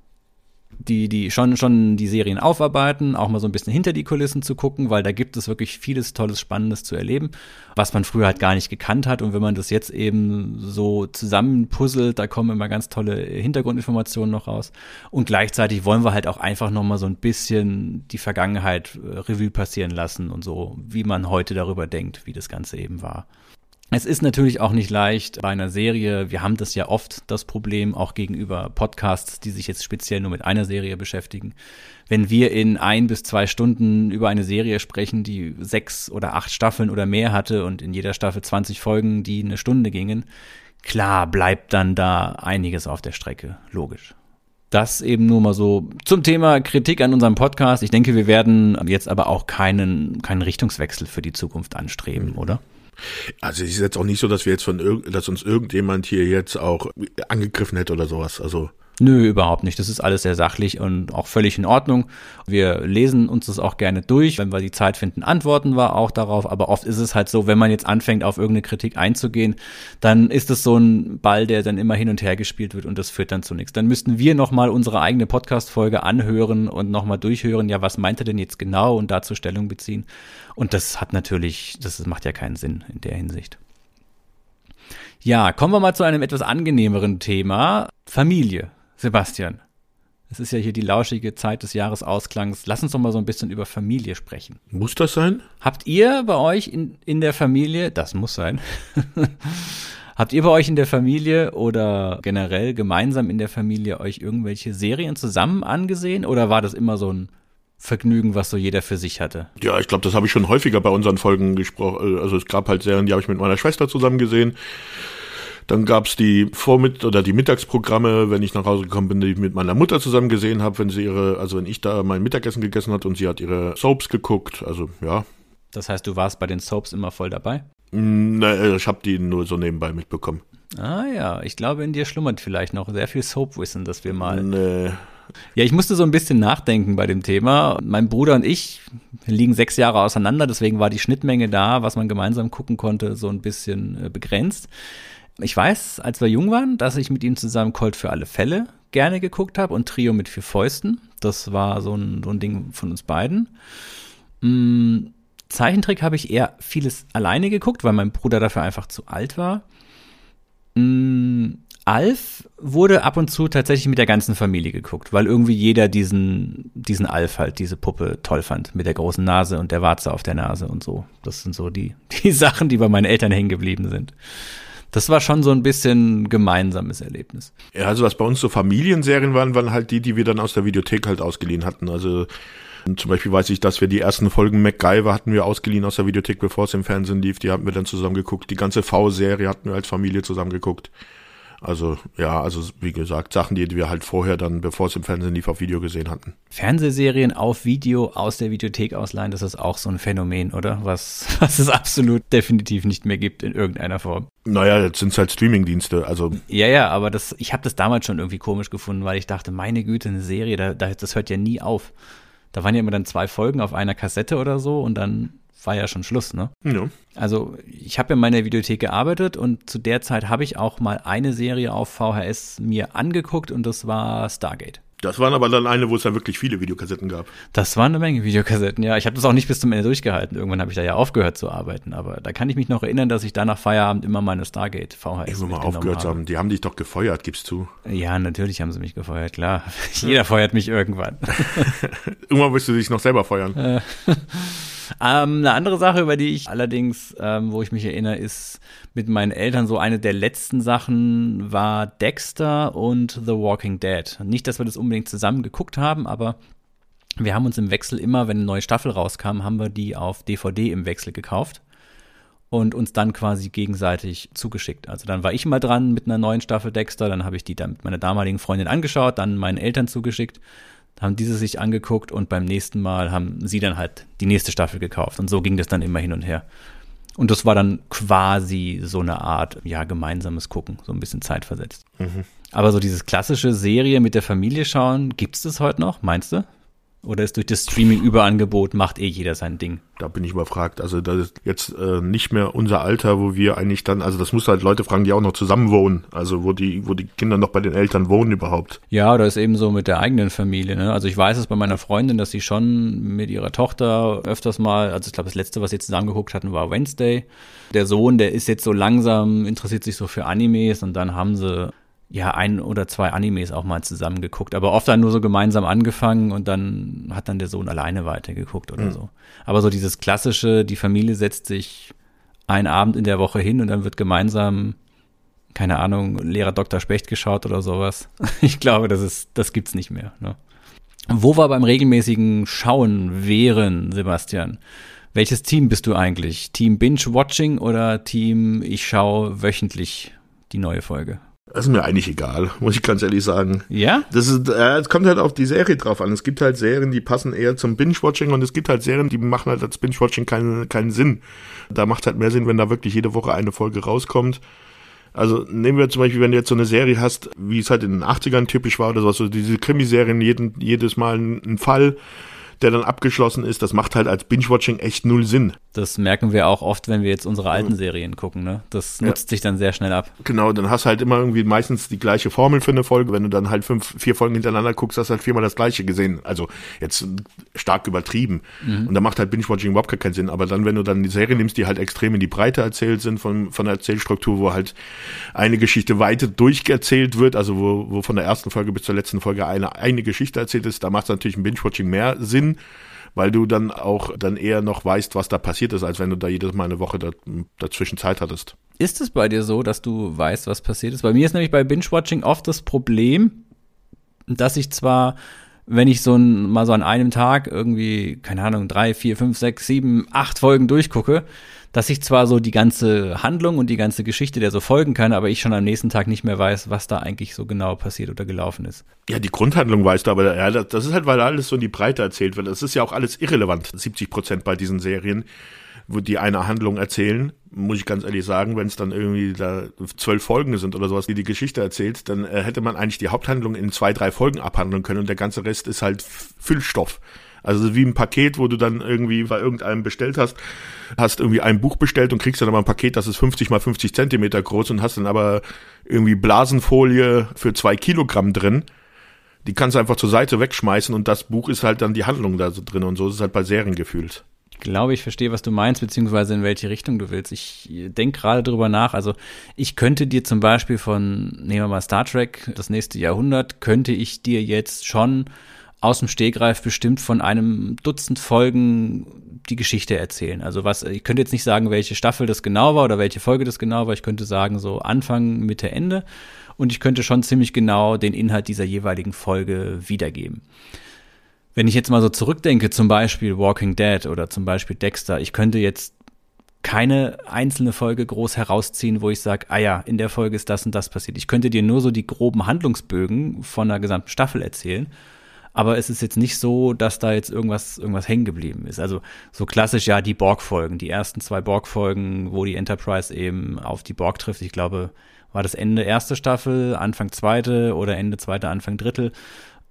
die, die schon, schon die Serien aufarbeiten, auch mal so ein bisschen hinter die Kulissen zu gucken, weil da gibt es wirklich vieles Tolles, Spannendes zu erleben, was man früher halt gar nicht gekannt hat. Und wenn man das jetzt eben so zusammenpuzzelt, da kommen immer ganz tolle Hintergrundinformationen noch raus. Und gleichzeitig wollen wir halt auch einfach noch mal so ein bisschen die Vergangenheit Revue passieren lassen und so, wie man heute darüber denkt, wie das Ganze eben war. Es ist natürlich auch nicht leicht bei einer Serie, wir haben das ja oft, das Problem, auch gegenüber Podcasts, die sich jetzt speziell nur mit einer Serie beschäftigen. Wenn wir in ein bis zwei Stunden über eine Serie sprechen, die sechs oder acht Staffeln oder mehr hatte und in jeder Staffel zwanzig Folgen, die eine Stunde gingen, klar bleibt dann da einiges auf der Strecke, logisch. Das eben nur mal so zum Thema Kritik an unserem Podcast. Ich denke, wir werden jetzt aber auch keinen, keinen Richtungswechsel für die Zukunft anstreben, oder? Also es ist jetzt auch nicht so, dass wir jetzt von irg- dass uns irgendjemand hier jetzt auch angegriffen hätte oder sowas. Also Nö, überhaupt nicht. Das ist alles sehr sachlich und auch völlig in Ordnung. Wir lesen uns das auch gerne durch, wenn wir die Zeit finden, antworten wir auch darauf. Aber oft ist es halt so, wenn man jetzt anfängt, auf irgendeine Kritik einzugehen, dann ist es so ein Ball, der dann immer hin und her gespielt wird und das führt dann zu nichts. Dann müssten wir nochmal unsere eigene Podcast-Folge anhören und nochmal durchhören, ja, was meint er denn jetzt genau und dazu Stellung beziehen. Und das hat natürlich, das macht ja keinen Sinn in der Hinsicht. Ja, kommen wir mal zu einem etwas angenehmeren Thema. Familie. Sebastian, es ist ja hier die lauschige Zeit des Jahresausklangs. Lass uns doch mal so ein bisschen über Familie sprechen. Muss das sein? Habt ihr bei euch in, in der Familie, das muss sein, habt ihr bei euch in der Familie oder generell gemeinsam in der Familie euch irgendwelche Serien zusammen angesehen oder war das immer so ein Vergnügen, was so jeder für sich hatte? Ja, ich glaube, das habe ich schon häufiger bei unseren Folgen gesprochen. Also es gab halt Serien, die habe ich mit meiner Schwester zusammen gesehen. Dann gab's die Vormitt- oder die Mittagsprogramme, wenn ich nach Hause gekommen bin, die ich mit meiner Mutter zusammen gesehen habe, wenn sie ihre, also wenn ich da mein Mittagessen gegessen hat und sie hat ihre Soaps geguckt, also ja. Das heißt, du warst bei den Soaps immer voll dabei? Ne, ich habe die nur so nebenbei mitbekommen. Ah ja, ich glaube, in dir schlummert vielleicht noch sehr viel Soap-Wissen, dass wir mal... Nee. Ja, ich musste so ein bisschen nachdenken bei dem Thema. Mein Bruder und ich liegen sechs Jahre auseinander, deswegen war die Schnittmenge da, was man gemeinsam gucken konnte, so ein bisschen begrenzt. Ich weiß, als wir jung waren, dass ich mit ihm zusammen Colt für alle Fälle gerne geguckt habe und Trio mit vier Fäusten. Das war so ein, so ein Ding von uns beiden. Hm, Zeichentrick habe ich eher vieles alleine geguckt, weil mein Bruder dafür einfach zu alt war. Hm, Alf wurde ab und zu tatsächlich mit der ganzen Familie geguckt, weil irgendwie jeder diesen, diesen Alf halt, diese Puppe toll fand, mit der großen Nase und der Warze auf der Nase und so. Das sind so die, die Sachen, die bei meinen Eltern hängen geblieben sind. Das war schon so ein bisschen gemeinsames Erlebnis. Ja, also was bei uns so Familienserien waren, waren halt die, die wir dann aus der Videothek halt ausgeliehen hatten. Also zum Beispiel weiß ich, dass wir die ersten Folgen MacGyver hatten wir ausgeliehen aus der Videothek, bevor es im Fernsehen lief. Die hatten wir dann zusammen geguckt. Die ganze V-Serie hatten wir als Familie zusammen geguckt. Also, ja, also wie gesagt, Sachen, die wir halt vorher dann, bevor es im Fernsehen lief, auf Video gesehen hatten. Fernsehserien auf Video aus der Videothek ausleihen, das ist auch so ein Phänomen, oder? Was, was es absolut definitiv nicht mehr gibt in irgendeiner Form. Naja, jetzt sind es halt Streamingdienste, also. Ja, ja, aber das, ich habe das damals schon irgendwie komisch gefunden, weil ich dachte, meine Güte, eine Serie, da, da, das hört ja nie auf. Da waren ja immer dann zwei Folgen auf einer Kassette oder so und dann war ja schon Schluss, ne? Ja. Also ich habe in meiner Videothek gearbeitet und zu der Zeit habe ich auch mal eine Serie auf V H S mir angeguckt und das war Stargate. Das waren aber dann eine, wo es dann wirklich viele Videokassetten gab. Das waren eine Menge Videokassetten, ja. Ich habe das auch nicht bis zum Ende durchgehalten. Irgendwann habe ich da ja aufgehört zu arbeiten. Aber da kann ich mich noch erinnern, dass ich da nach Feierabend immer meine Stargate V H S Irgendwann mal mitgenommen aufgehört habe. haben. Die haben dich doch gefeuert, gibst du. Ja, natürlich haben sie mich gefeuert, klar. Jeder feuert mich irgendwann. Irgendwann wirst du dich noch selber feuern. ähm, eine andere Sache, über die ich allerdings, ähm, wo ich mich erinnere, ist mit meinen Eltern so eine der letzten Sachen war Dexter und The Walking Dead. Nicht, dass wir das unbedingt zusammen geguckt haben, aber wir haben uns im Wechsel immer, wenn eine neue Staffel rauskam, haben wir die auf D V D im Wechsel gekauft und uns dann quasi gegenseitig zugeschickt. Also dann war ich mal dran mit einer neuen Staffel Dexter, dann habe ich die dann mit meiner damaligen Freundin angeschaut, dann meinen Eltern zugeschickt, haben diese sich angeguckt und beim nächsten Mal haben sie dann halt die nächste Staffel gekauft. Und so ging das dann immer hin und her. Und das war dann quasi so eine Art, ja, gemeinsames Gucken, so ein bisschen zeitversetzt. Mhm. Aber so dieses klassische Serie mit der Familie schauen, gibt's das heute noch, meinst du? Oder ist durch das Streaming-Überangebot, macht eh jeder sein Ding? Da bin ich überfragt. Also das ist jetzt äh, nicht mehr unser Alter, wo wir eigentlich dann, also das musst du halt Leute fragen, die auch noch zusammen wohnen. Also wo die, wo die Kinder noch bei den Eltern wohnen überhaupt. Ja, oder ist eben so mit der eigenen Familie, ne? Also ich weiß es bei meiner Freundin, dass sie schon mit ihrer Tochter öfters mal, also ich glaube das letzte, was sie zusammen geguckt hatten, war Wednesday. Der Sohn, der ist jetzt so langsam, interessiert sich so für Animes und dann haben sie ja ein oder zwei Animes auch mal zusammen geguckt, aber oft dann nur so gemeinsam angefangen und dann hat dann der Sohn alleine weitergeguckt oder mhm. so. Aber so dieses klassische, die Familie setzt sich einen Abend in der Woche hin und dann wird gemeinsam, keine Ahnung, Lehrer Doktor Specht geschaut oder sowas. Ich glaube, das ist, das gibt's nicht mehr, ne? Wo wir beim regelmäßigen Schauen wären, Sebastian, welches Team bist du eigentlich? Team Binge-Watching oder Team ich schaue wöchentlich die neue Folge? Das ist mir eigentlich egal, muss ich ganz ehrlich sagen. Ja? Das ist, äh, es kommt halt auf die Serie drauf an. Es gibt halt Serien, die passen eher zum Binge-Watching und es gibt halt Serien, die machen halt als Binge-Watching keinen, keinen Sinn. Da macht halt mehr Sinn, wenn da wirklich jede Woche eine Folge rauskommt. Also nehmen wir zum Beispiel, wenn du jetzt so eine Serie hast, wie es halt in den achtzigern typisch war oder sowas, so diese Krimiserien, jeden, jedes Mal ein, ein Fall, der dann abgeschlossen ist, das macht halt als Binge-Watching echt null Sinn. Das merken wir auch oft, wenn wir jetzt unsere alten Serien gucken, ne? Das nutzt ja. sich dann sehr schnell ab. Genau, dann hast du halt immer irgendwie meistens die gleiche Formel für eine Folge. Wenn du dann halt fünf, vier Folgen hintereinander guckst, hast du halt viermal das Gleiche gesehen. Also jetzt stark übertrieben. Mhm. Und da macht halt Binge-Watching überhaupt keinen Sinn. Aber dann, wenn du dann die Serie nimmst, die halt extrem in die Breite erzählt sind von, von der Erzählstruktur, wo halt eine Geschichte weiter durcherzählt wird, also wo, wo von der ersten Folge bis zur letzten Folge eine, eine Geschichte erzählt ist, da macht es natürlich ein Binge-Watching mehr Sinn, weil du dann auch dann eher noch weißt, was da passiert ist, als wenn du da jedes Mal eine Woche da, dazwischen Zeit hattest. Ist es bei dir so, dass du weißt, was passiert ist? Bei mir ist nämlich bei Binge-Watching oft das Problem, dass ich zwar, wenn ich so ein, mal so an einem Tag irgendwie, keine Ahnung, drei, vier, fünf, sechs, sieben, acht Folgen durchgucke, dass ich zwar so die ganze Handlung und die ganze Geschichte der so folgen kann, aber ich schon am nächsten Tag nicht mehr weiß, was da eigentlich so genau passiert oder gelaufen ist. Ja, die Grundhandlung weißt du, aber ja, das ist halt, weil alles so in die Breite erzählt wird. Das ist ja auch alles irrelevant, siebzig Prozent bei diesen Serien, wo die eine Handlung erzählen, muss ich ganz ehrlich sagen, wenn es dann irgendwie da zwölf Folgen sind oder sowas, die die Geschichte erzählt, dann äh, hätte man eigentlich die Haupthandlung in zwei, drei Folgen abhandeln können und der ganze Rest ist halt Füllstoff. Also wie ein Paket, wo du dann irgendwie bei irgendeinem bestellt hast, hast irgendwie ein Buch bestellt und kriegst dann aber ein Paket, das ist fünfzig mal fünfzig Zentimeter groß und hast dann aber irgendwie Blasenfolie für zwei Kilogramm drin. Die kannst du einfach zur Seite wegschmeißen und das Buch ist halt dann die Handlung da so drin und so ist es halt bei Serien gefühlt. Ich glaube, ich verstehe, was du meinst, beziehungsweise in welche Richtung du willst. Ich denke gerade drüber nach. Also ich könnte dir zum Beispiel von, nehmen wir mal Star Trek, das nächste Jahrhundert, könnte ich dir jetzt schon aus dem Stegreif bestimmt von einem Dutzend Folgen die Geschichte erzählen. Also was, ich könnte jetzt nicht sagen, welche Staffel das genau war oder welche Folge das genau war. Ich könnte sagen, so Anfang, Mitte, Ende. Und ich könnte schon ziemlich genau den Inhalt dieser jeweiligen Folge wiedergeben. Wenn ich jetzt mal so zurückdenke, zum Beispiel Walking Dead oder zum Beispiel Dexter, ich könnte jetzt keine einzelne Folge groß herausziehen, wo ich sage, ah ja, in der Folge ist das und das passiert. Ich könnte dir nur so die groben Handlungsbögen von der gesamten Staffel erzählen. Aber es ist jetzt nicht so, dass da jetzt irgendwas irgendwas hängen geblieben ist. Also so klassisch, ja, die Borg-Folgen, die ersten zwei Borg-Folgen, wo die Enterprise eben auf die Borg trifft. Ich glaube, war das Ende erste Staffel, Anfang zweite oder Ende zweite, Anfang dritte.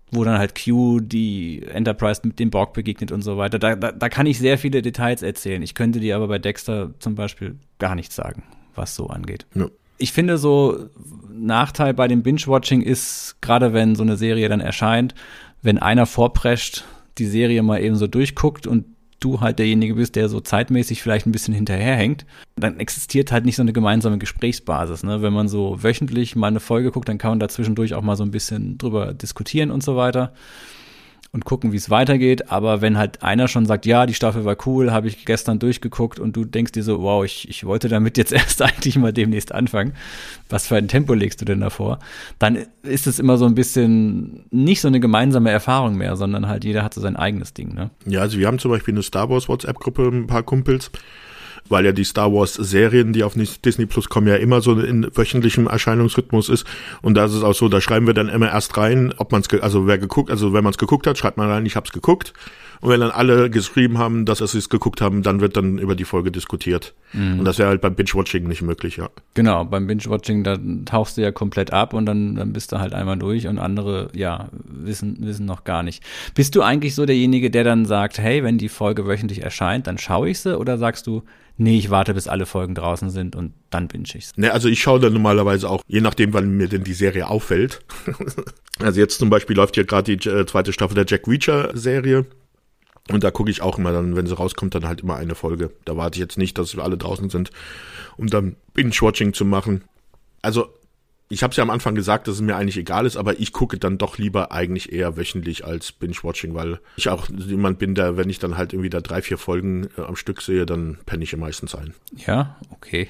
wo dann halt Q die Enterprise mit dem Borg begegnet und so weiter. Da, da, da kann ich sehr viele Details erzählen. Ich könnte dir aber bei Dexter zum Beispiel gar nichts sagen, was so angeht. Ja. Ich finde so, Nachteil bei dem Binge-Watching ist, gerade wenn so eine Serie dann erscheint, wenn einer vorprescht, die Serie mal eben so durchguckt und du halt derjenige bist, der so zeitmäßig vielleicht ein bisschen hinterherhängt, dann existiert halt nicht so eine gemeinsame Gesprächsbasis. Ne? Wenn man so wöchentlich mal eine Folge guckt, dann kann man da zwischendurch auch mal so ein bisschen drüber diskutieren und so weiter und gucken, wie es weitergeht. Aber wenn halt einer schon sagt, ja, die Staffel war cool, habe ich gestern durchgeguckt und du denkst dir so, wow, ich, ich wollte damit jetzt erst eigentlich mal demnächst anfangen. Was für ein Tempo legst du denn davor? Dann ist es immer so ein bisschen nicht so eine gemeinsame Erfahrung mehr, sondern halt jeder hat so sein eigenes Ding. Ne? Ja, also wir haben zum Beispiel eine Star Wars WhatsApp-Gruppe, ein paar Kumpels, weil ja die Star Wars Serien, die auf Disney Plus kommen, ja immer so in wöchentlichem Erscheinungsrhythmus ist. Und da ist es auch so, da schreiben wir dann immer erst rein, ob man es, also wer geguckt, also wenn man es geguckt hat, schreibt man rein, ich hab's geguckt. Und wenn dann alle geschrieben haben, dass sie es geguckt haben, dann wird dann über die Folge diskutiert. Mhm. Und das wäre halt beim Binge-Watching nicht möglich, ja. Genau, beim Binge-Watching, da tauchst du ja komplett ab und dann, dann bist du halt einmal durch und andere, ja, wissen, wissen noch gar nicht. Bist du eigentlich so derjenige, der dann sagt, hey, wenn die Folge wöchentlich erscheint, dann schaue ich sie? Oder sagst du, nee, ich warte, bis alle Folgen draußen sind und dann binge ich's? Ne, also ich schaue dann normalerweise auch, je nachdem, wann mir denn die Serie auffällt. Also jetzt zum Beispiel läuft hier gerade die äh, zweite Staffel der Jack Reacher-Serie. Und da gucke ich auch immer dann, wenn sie rauskommt, dann halt immer eine Folge. Da warte ich jetzt nicht, dass wir alle draußen sind, um dann Binge-Watching zu machen. Also, ich habe es ja am Anfang gesagt, dass es mir eigentlich egal ist, aber ich gucke dann doch lieber eigentlich eher wöchentlich als Binge-Watching, weil ich auch jemand bin, der, wenn ich dann halt irgendwie da drei, vier Folgen äh, am Stück sehe, dann penne ich ja meistens ein. Ja, okay.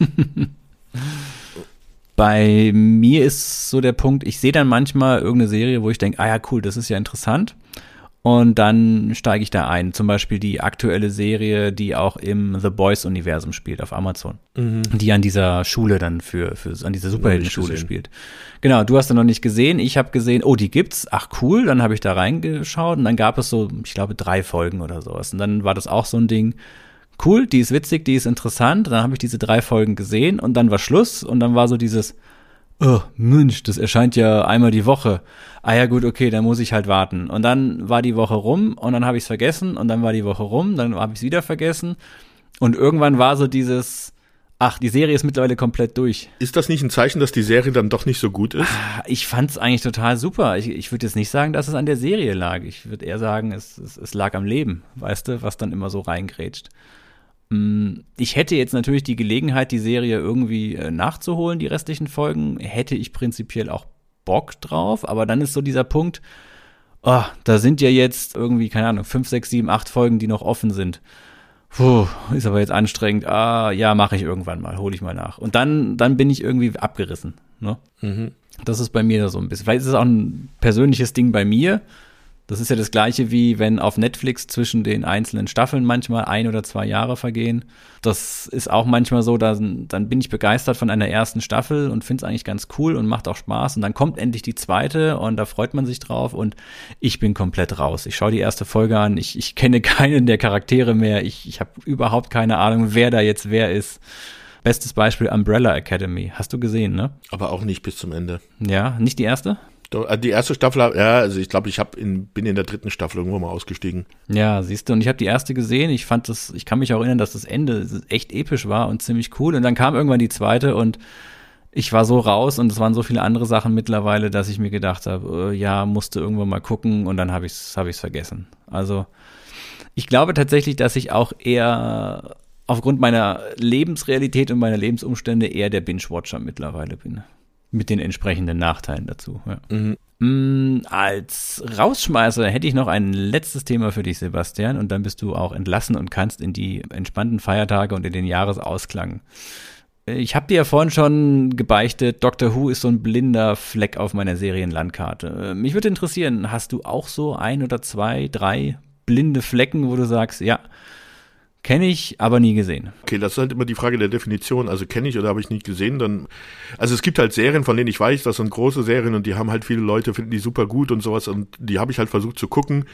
Bei mir ist so der Punkt, ich sehe dann manchmal irgendeine Serie, wo ich denke, ah ja, cool, das ist ja interessant. Und dann steige ich da ein. Zum Beispiel die aktuelle Serie, die auch im The Boys-Universum spielt auf Amazon. Mhm. Die an dieser Schule dann für, für an dieser Superheldenschule spielt. Genau, du hast da noch nicht gesehen. Ich habe gesehen, oh, die gibt's. Ach cool, dann habe ich da reingeschaut und dann gab es so, ich glaube, drei Folgen oder sowas. Und dann war das auch so ein Ding, cool, die ist witzig, die ist interessant. Dann habe ich diese drei Folgen gesehen und dann war Schluss und dann war so dieses, oh, Mensch, das erscheint ja einmal die Woche. Ah ja gut, okay, dann muss ich halt warten. Und dann war die Woche rum und dann habe ich es vergessen und dann war die Woche rum, dann habe ich es wieder vergessen. Und irgendwann war so dieses, ach, die Serie ist mittlerweile komplett durch. Ist das nicht ein Zeichen, dass die Serie dann doch nicht so gut ist? Ich fand es eigentlich total super. Ich, ich würde jetzt nicht sagen, dass es an der Serie lag. Ich würde eher sagen, es, es, es lag am Leben, weißt du, was dann immer so reingrätscht. Ich hätte jetzt natürlich die Gelegenheit, die Serie irgendwie äh, nachzuholen, die restlichen Folgen, hätte ich prinzipiell auch Bock drauf, aber dann ist so dieser Punkt, oh, da sind ja jetzt irgendwie, keine Ahnung, fünf, sechs, sieben, acht Folgen, die noch offen sind. Puh, ist aber jetzt anstrengend. Ah, ja, mache ich irgendwann mal, hole ich mal nach. Und dann, dann bin ich irgendwie abgerissen. Ne? Mhm. Das ist bei mir so ein bisschen. Vielleicht ist es auch ein persönliches Ding bei mir. Das ist ja das Gleiche wie wenn auf Netflix zwischen den einzelnen Staffeln manchmal ein oder zwei Jahre vergehen. Das ist auch manchmal so, dann, dann bin ich begeistert von einer ersten Staffel und finde es eigentlich ganz cool und macht auch Spaß. Und dann kommt endlich die zweite und da freut man sich drauf und ich bin komplett raus. Ich schaue die erste Folge an, ich, ich kenne keinen der Charaktere mehr. Ich, ich habe überhaupt keine Ahnung, wer da jetzt wer ist. Bestes Beispiel Umbrella Academy. Hast du gesehen, ne? Aber auch nicht bis zum Ende. Ja, nicht die erste? Die erste Staffel, ja, also ich glaube, ich hab in, bin in der dritten Staffel irgendwo mal ausgestiegen. Ja, siehst du, und ich habe die erste gesehen. Ich fand das, ich kann mich auch erinnern, dass das Ende echt episch war und ziemlich cool. Und dann kam irgendwann die zweite und ich war so raus und es waren so viele andere Sachen mittlerweile, dass ich mir gedacht habe, äh, ja, musste irgendwann mal gucken und dann habe ich es hab ich's vergessen. Also ich glaube tatsächlich, dass ich auch eher aufgrund meiner Lebensrealität und meiner Lebensumstände eher der Binge-Watcher mittlerweile bin. Mit den entsprechenden Nachteilen dazu. Ja. Mhm. Mm, als Rausschmeißer hätte ich noch ein letztes Thema für dich, Sebastian, und dann bist du auch entlassen und kannst in die entspannten Feiertage und in den Jahresausklang. Ich habe dir ja vorhin schon gebeichtet, Doctor Who ist so ein blinder Fleck auf meiner Serienlandkarte. Mich würde interessieren, hast du auch so ein oder zwei, drei blinde Flecken, wo du sagst, ja, kenne ich, aber nie gesehen. Okay, das ist halt immer die Frage der Definition. Also kenne ich oder habe ich nicht gesehen, dann, also es gibt halt Serien, von denen ich weiß, das sind große Serien und die haben halt viele Leute, finden die super gut und sowas und die habe ich halt versucht zu gucken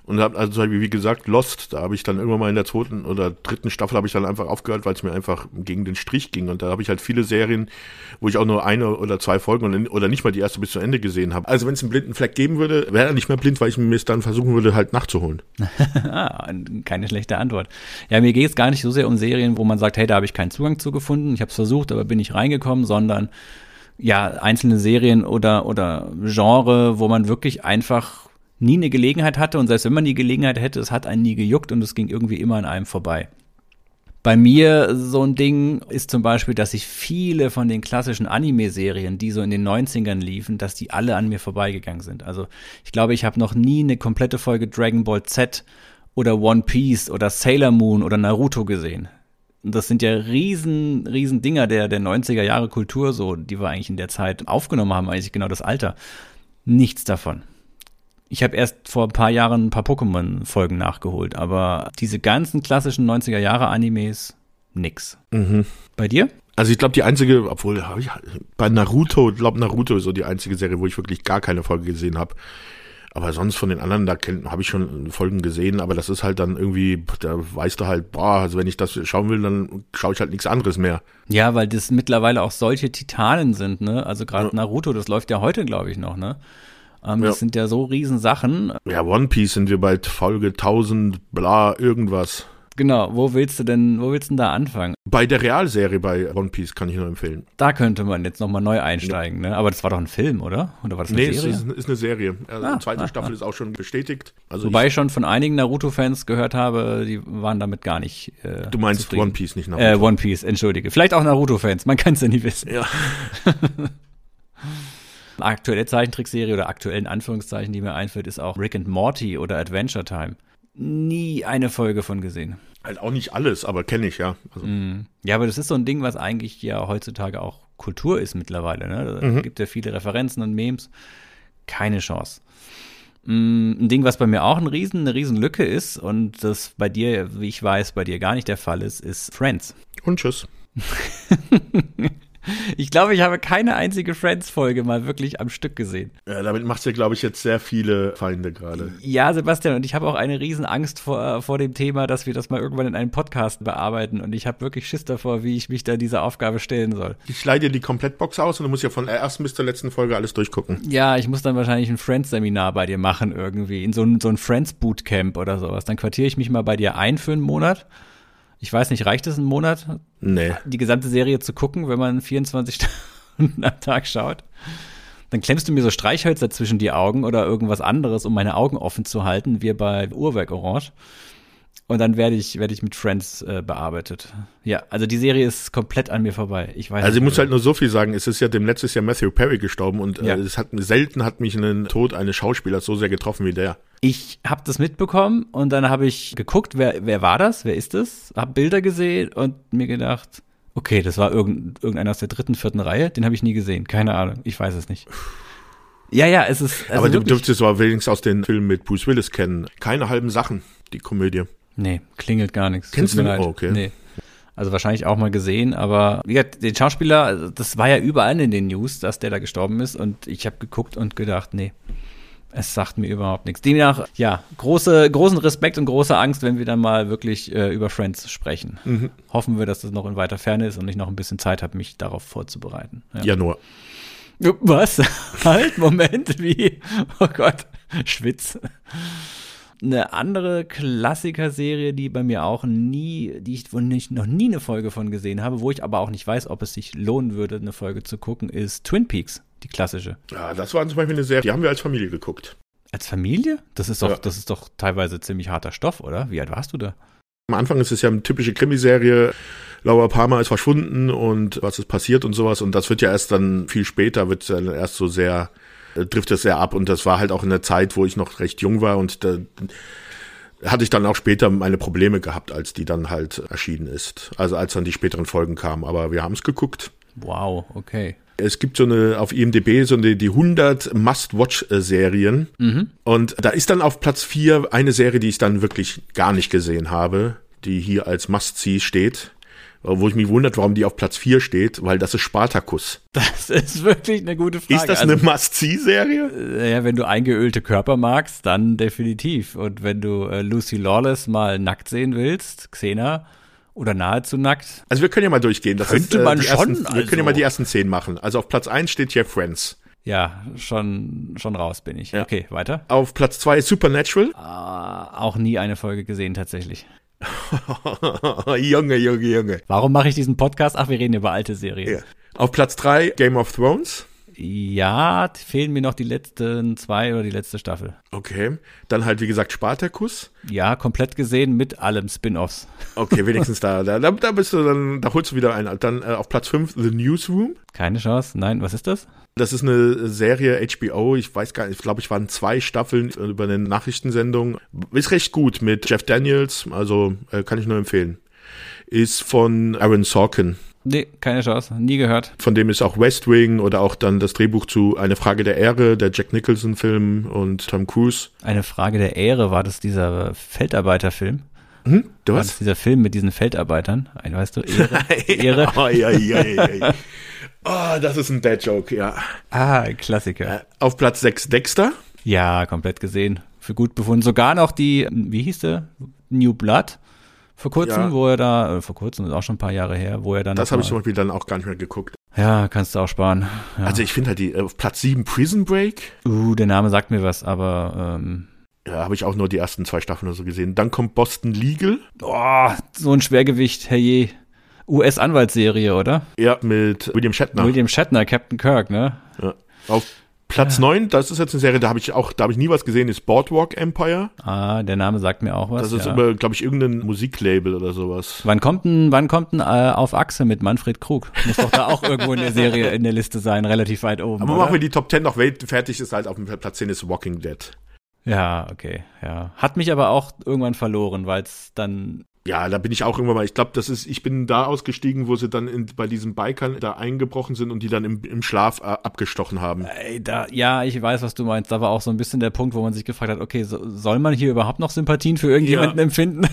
Und hab, also wie gesagt, Lost, da habe ich dann irgendwann mal in der zweiten oder dritten Staffel habe ich dann einfach aufgehört, weil es mir einfach gegen den Strich ging. Und da habe ich halt viele Serien, wo ich auch nur eine oder zwei Folgen oder nicht mal die erste bis zu Ende gesehen habe. Also wenn es einen blinden Fleck geben würde, wäre er nicht mehr blind, weil ich mir es dann versuchen würde, halt nachzuholen. ah, keine schlechte Antwort. Ja, mir geht es gar nicht so sehr um Serien, wo man sagt, hey, da habe ich keinen Zugang zu gefunden. Ich habe es versucht, aber bin nicht reingekommen, sondern ja, einzelne Serien oder, oder Genre, wo man wirklich einfach nie eine Gelegenheit hatte und selbst wenn man die Gelegenheit hätte, es hat einen nie gejuckt und es ging irgendwie immer an einem vorbei. Bei mir so ein Ding ist zum Beispiel, dass ich viele von den klassischen Anime-Serien, die so in den neunzigern liefen, dass die alle an mir vorbeigegangen sind. Also ich glaube, ich habe noch nie eine komplette Folge Dragon Ball Z oder One Piece oder Sailor Moon oder Naruto gesehen. Und das sind ja riesen, riesen Dinger der, der neunziger Jahre Kultur, so, die wir eigentlich in der Zeit aufgenommen haben, eigentlich genau das Alter. Nichts davon. Ich habe erst vor ein paar Jahren ein paar Pokémon-Folgen nachgeholt, aber diese ganzen klassischen neunziger Jahre Animes, nix. Mhm. Bei dir? Also ich glaube, die einzige, obwohl ich, bei Naruto, ich glaube Naruto ist so die einzige Serie, wo ich wirklich gar keine Folge gesehen habe. Aber sonst von den anderen, da habe ich schon Folgen gesehen, aber das ist halt dann irgendwie, da weißt du halt, boah, also wenn ich das schauen will, dann schaue ich halt nichts anderes mehr. Ja, weil das mittlerweile auch solche Titanen sind, ne? Also gerade ja. Naruto, das läuft ja heute, glaube ich, noch, ne? Ähm, ja. Das sind ja so riesen Sachen. Ja, One Piece sind wir bei Folge tausend, bla, irgendwas. Genau, wo willst du denn, wo willst du denn da anfangen? Bei der Realserie bei One Piece kann ich nur empfehlen. Da könnte man jetzt nochmal neu einsteigen, ja. ne? Aber das war doch ein Film, oder? Oder war das eine nee, Serie? Nee, es ist eine Serie. Also ah, die zweite ah, Staffel ah. ist auch schon bestätigt. Also Wobei ich, ich schon von einigen Naruto-Fans gehört habe, die waren damit gar nicht äh, Du meinst zufrieden. One Piece, nicht Naruto. Äh, One Piece, entschuldige. Vielleicht auch Naruto-Fans, man kann es ja nie wissen. Ja. Aktuelle Zeichentrickserie oder aktuell in Anführungszeichen, die mir einfällt, ist auch Rick and Morty oder Adventure Time. Nie eine Folge von gesehen. Halt auch nicht alles, aber kenne ich, ja. Also. Mm. Ja, aber das ist so ein Ding, was eigentlich ja heutzutage auch Kultur ist mittlerweile. Ne? Da mhm. gibt ja viele Referenzen und Memes. Keine Chance. Mm, ein Ding, was bei mir auch ein riesen, eine riesen Lücke ist und das bei dir, wie ich weiß, bei dir gar nicht der Fall ist, ist Friends. Und tschüss. Ich glaube, ich habe keine einzige Friends-Folge mal wirklich am Stück gesehen. Ja, damit machst du, glaube ich, jetzt sehr viele Feinde gerade. Ja, Sebastian, und ich habe auch eine riesen Angst vor, vor dem Thema, dass wir das mal irgendwann in einem Podcast bearbeiten. Und ich habe wirklich Schiss davor, wie ich mich da dieser Aufgabe stellen soll. Ich leih dir die Komplettbox aus und du musst ja von der ersten bis zur letzten Folge alles durchgucken. Ja, ich muss dann wahrscheinlich ein Friends-Seminar bei dir machen irgendwie, in so ein, so ein Friends-Bootcamp oder sowas. Dann quartiere ich mich mal bei dir ein für einen Monat. Ich weiß nicht, reicht es einen Monat, nee. die gesamte Serie zu gucken, wenn man vierundzwanzig Stunden am Tag schaut? Dann klemmst du mir so Streichhölzer zwischen die Augen oder irgendwas anderes, um meine Augen offen zu halten, wie bei Uhrwerk Orange. Und dann werde ich, werde ich mit Friends äh, bearbeitet. Ja, also die Serie ist komplett an mir vorbei. Ich weiß also ich nicht, muss halt nur so viel sagen, es ist ja dem letztes Jahr Matthew Perry gestorben und ja. äh, es hat selten hat mich ein Tod eines Schauspielers so sehr getroffen wie der. Ich habe das mitbekommen und dann habe ich geguckt, wer, wer war das, wer ist das? Hab Bilder gesehen und mir gedacht, okay, das war irgend, irgendeiner aus der dritten, vierten Reihe, den habe ich nie gesehen, keine Ahnung, ich weiß es nicht. Ja, ja, es ist. Also aber du dürftest aber wenigstens aus den Filmen mit Bruce Willis kennen. Keine halben Sachen, die Komödie. Nee, klingelt gar nichts. Kennst du den? Oh, okay. Nee. Also wahrscheinlich auch mal gesehen, aber wie gesagt, den Schauspieler, das war ja überall in den News, dass der da gestorben ist und ich habe geguckt und gedacht, nee, es sagt mir überhaupt nichts. Demnach, ja, große, großen Respekt und große Angst, wenn wir dann mal wirklich äh, über Friends sprechen. Mhm. Hoffen wir, dass das noch in weiter Ferne ist und ich noch ein bisschen Zeit habe, mich darauf vorzubereiten. Ja, Januar. Was? Halt, Moment, wie? Oh Gott, Schwitz. Eine andere Klassiker-Serie, die bei mir auch nie, die ich, wo ich noch nie eine Folge von gesehen habe, wo ich aber auch nicht weiß, ob es sich lohnen würde, eine Folge zu gucken, ist Twin Peaks, die klassische. Ja, das war zum Beispiel eine Serie, die haben wir als Familie geguckt. Als Familie? Das ist doch, ja. das ist doch teilweise ziemlich harter Stoff, oder? Wie alt warst du da? Am Anfang ist es ja eine typische Krimiserie. Laura Palmer ist verschwunden und was ist passiert und sowas. Und das wird ja erst dann viel später, wird dann erst so sehr, äh, trifft es sehr ab. Und das war halt auch in der Zeit, wo ich noch recht jung war. Und da hatte ich dann auch später meine Probleme gehabt, als die dann halt erschienen ist. Also als dann die späteren Folgen kamen. Aber wir haben es geguckt. Wow, okay. Es gibt so eine, auf I M D B, so eine, die hundert Must-Watch-Serien. Mhm. Und da ist dann auf Platz vier eine Serie, die ich dann wirklich gar nicht gesehen habe, die hier als Must-See steht. Wo ich mich wundert, warum die auf Platz vier steht, weil das ist Spartacus. Das ist wirklich eine gute Frage. Ist das eine also, Must-See-Serie? Ja, wenn du eingeölte Körper magst, dann definitiv. Und wenn du äh, Lucy Lawless mal nackt sehen willst, Xena, oder nahezu nackt. Also wir können ja mal durchgehen. Das könnte ist, äh, man die schon. Ersten, also. Wir können ja mal die ersten zehn machen. Also auf Platz eins steht Jeff Friends. Ja, schon, schon raus bin ich. Ja. Okay, weiter. Auf Platz zwei ist Supernatural. Uh, auch nie eine Folge gesehen, tatsächlich. Junge, Junge, Junge. Warum mache ich diesen Podcast? Ach, wir reden über alte Serien. Ja. Auf Platz drei Game of Thrones. Ja, fehlen mir noch die letzten zwei oder die letzte Staffel. Okay, dann halt wie gesagt Spartacus. Ja, komplett gesehen mit allem Spin-Offs. Okay, wenigstens da, da, da bist du dann, da holst du wieder einen. Dann äh, auf Platz fünf The Newsroom. Keine Chance, nein, was ist das? Das ist eine Serie H B O, ich weiß gar nicht, ich glaube, ich waren zwei Staffeln über eine Nachrichtensendung. Ist recht gut mit Jeff Daniels, also äh, kann ich nur empfehlen. Ist von Aaron Sorkin. Nee, keine Chance, nie gehört. Von dem ist auch West Wing oder auch dann das Drehbuch zu Eine Frage der Ehre, der Jack Nicholson-Film und Tom Cruise. Eine Frage der Ehre, war das dieser Feldarbeiterfilm? Hm, du war was? Das dieser Film mit diesen Feldarbeitern? Ein, weißt du, Ehre? Ehre? Oh, ja, ja, ja, ja. Oh, das ist ein Dad-Joke, ja. Ah, Klassiker. Äh, auf Platz sechs Dexter. Ja, komplett gesehen. Für gut befunden. Sogar noch die, wie hieß der? New Blood. Vor kurzem, ja. wo er da, äh, vor kurzem, ist auch schon ein paar Jahre her, wo er dann. Das habe ich zum Beispiel dann auch gar nicht mehr geguckt. Ja, kannst du auch sparen. Ja. Also ich finde halt die, auf äh, Platz sieben Prison Break. Uh, der Name sagt mir was, aber, ähm. Ja, habe ich auch nur die ersten zwei Staffeln oder so gesehen. Dann kommt Boston Legal. Oh, so ein Schwergewicht, herrje. U S-Anwaltsserie, oder? Ja, mit William Shatner. William Shatner, Captain Kirk, ne? Ja. Auf Platz neun, ja. Das ist jetzt eine Serie, da habe ich auch, da habe ich nie was gesehen, ist Boardwalk Empire. Ah, der Name sagt mir auch was. Das ist ja. über, glaube ich, irgendein Musiklabel oder sowas. Wann kommt denn, wann kommt denn äh, Auf Achse mit Manfred Krug? Muss doch da auch irgendwo in der Serie in der Liste sein, relativ weit oben. Aber oder? machen wir die Top zehn noch fertig, ist halt auf dem Platz zehn ist Walking Dead. Ja, okay, ja. Hat mich aber auch irgendwann verloren, weil es dann. Ja, da bin ich auch irgendwann mal, ich glaube, das ist, ich bin da ausgestiegen, wo sie dann in, bei diesen Bikern da eingebrochen sind und die dann im, im Schlaf äh, abgestochen haben. Ey, da, ja, ich weiß, was du meinst. Da war auch so ein bisschen der Punkt, wo man sich gefragt hat, okay, so, soll man hier überhaupt noch Sympathien für irgendjemanden ja. empfinden?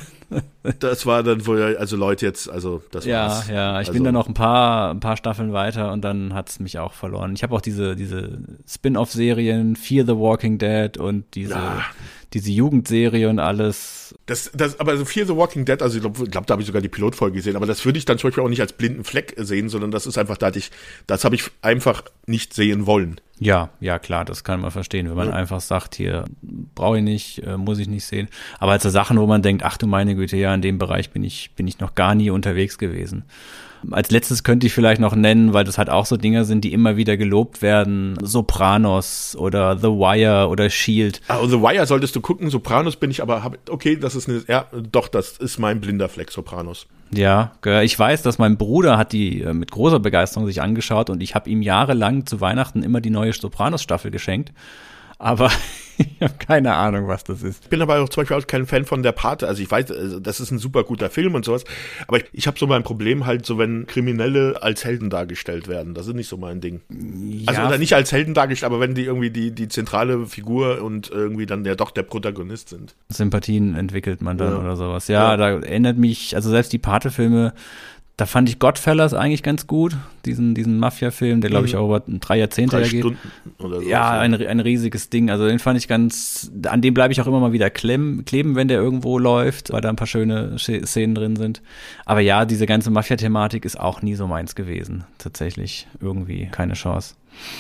Das war dann, wo ja, also Leute jetzt, also das ja, war's. Ja, ja, ich also, bin dann noch ein paar, ein paar Staffeln weiter und dann hat's mich auch verloren. Ich habe auch diese, diese Spin-off-Serien, Fear the Walking Dead und diese, ja. diese Jugendserie und alles. Das, das, aber so Fear the Walking Dead, also ich glaube, glaub, da habe ich sogar die Pilotfolge gesehen, aber das würde ich dann zum Beispiel auch nicht als blinden Fleck sehen, sondern das ist einfach, da hatte ich, das habe ich einfach nicht sehen wollen. Ja, ja, klar, das kann man verstehen, wenn man ja. einfach sagt, hier brauche ich nicht, äh, muss ich nicht sehen. Aber als so Sachen, wo man denkt, ach du meine Güte, ja, in dem Bereich bin ich, bin ich noch gar nie unterwegs gewesen. Als letztes könnte ich vielleicht noch nennen, weil das halt auch so Dinger sind, die immer wieder gelobt werden, Sopranos oder The Wire oder Shield. Ah, The Wire solltest du gucken, Sopranos bin ich aber, hab, okay, das ist eine, ja, doch, das ist mein blinder Fleck, Sopranos. Ja, ich weiß, dass mein Bruder hat die mit großer Begeisterung sich angeschaut und ich habe ihm jahrelang zu Weihnachten immer die neue Sopranos-Staffel geschenkt. Aber ich habe keine Ahnung, was das ist. Ich bin aber auch zum Beispiel auch kein Fan von Der Pate. Also ich weiß, das ist ein super guter Film und sowas. Aber ich, ich habe so mein Problem halt so, wenn Kriminelle als Helden dargestellt werden. Das ist nicht so mein Ding. Ja. Also oder nicht als Helden dargestellt, aber wenn die irgendwie die, die zentrale Figur und irgendwie dann ja doch der Protagonist sind. Sympathien entwickelt man dann ja. oder sowas. Ja, ja, da erinnert mich, also selbst die Pate-Filme, da fand ich Godfellas eigentlich ganz gut, diesen, diesen Mafia-Film, der glaube ich auch über drei Jahrzehnte drei geht. Stunden oder so. Ja, ein, ein riesiges Ding. Also den fand ich ganz, an dem bleibe ich auch immer mal wieder klemm, kleben, wenn der irgendwo läuft, weil da ein paar schöne Szenen drin sind. Aber ja, diese ganze Mafia-Thematik ist auch nie so meins gewesen. Tatsächlich irgendwie keine Chance.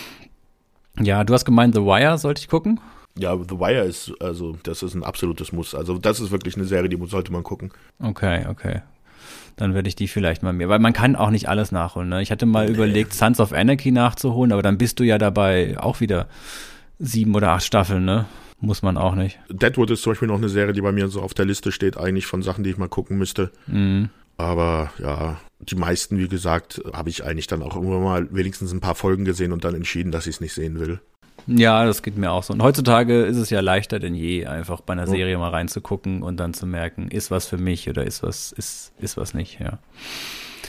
Ja, du hast gemeint, The Wire sollte ich gucken? Ja, The Wire ist, also das ist ein absolutes Muss. Also das ist wirklich eine Serie, die sollte man gucken. Okay, okay. Dann werde ich die vielleicht mal mehr, weil man kann auch nicht alles nachholen. Ne? Ich hatte mal nee. überlegt, Sons of Anarchy nachzuholen, aber dann bist du ja dabei auch wieder sieben oder acht Staffeln, ne? Muss man auch nicht. Deadwood ist zum Beispiel noch eine Serie, die bei mir so auf der Liste steht, eigentlich von Sachen, die ich mal gucken müsste. Mhm. Aber ja, die meisten, wie gesagt, habe ich eigentlich dann auch irgendwann mal wenigstens ein paar Folgen gesehen und dann entschieden, dass ich es nicht sehen will. Ja, das geht mir auch so. Und heutzutage ist es ja leichter denn je, einfach bei einer Serie mal reinzugucken und dann zu merken, ist was für mich oder ist was, ist, ist was nicht, ja.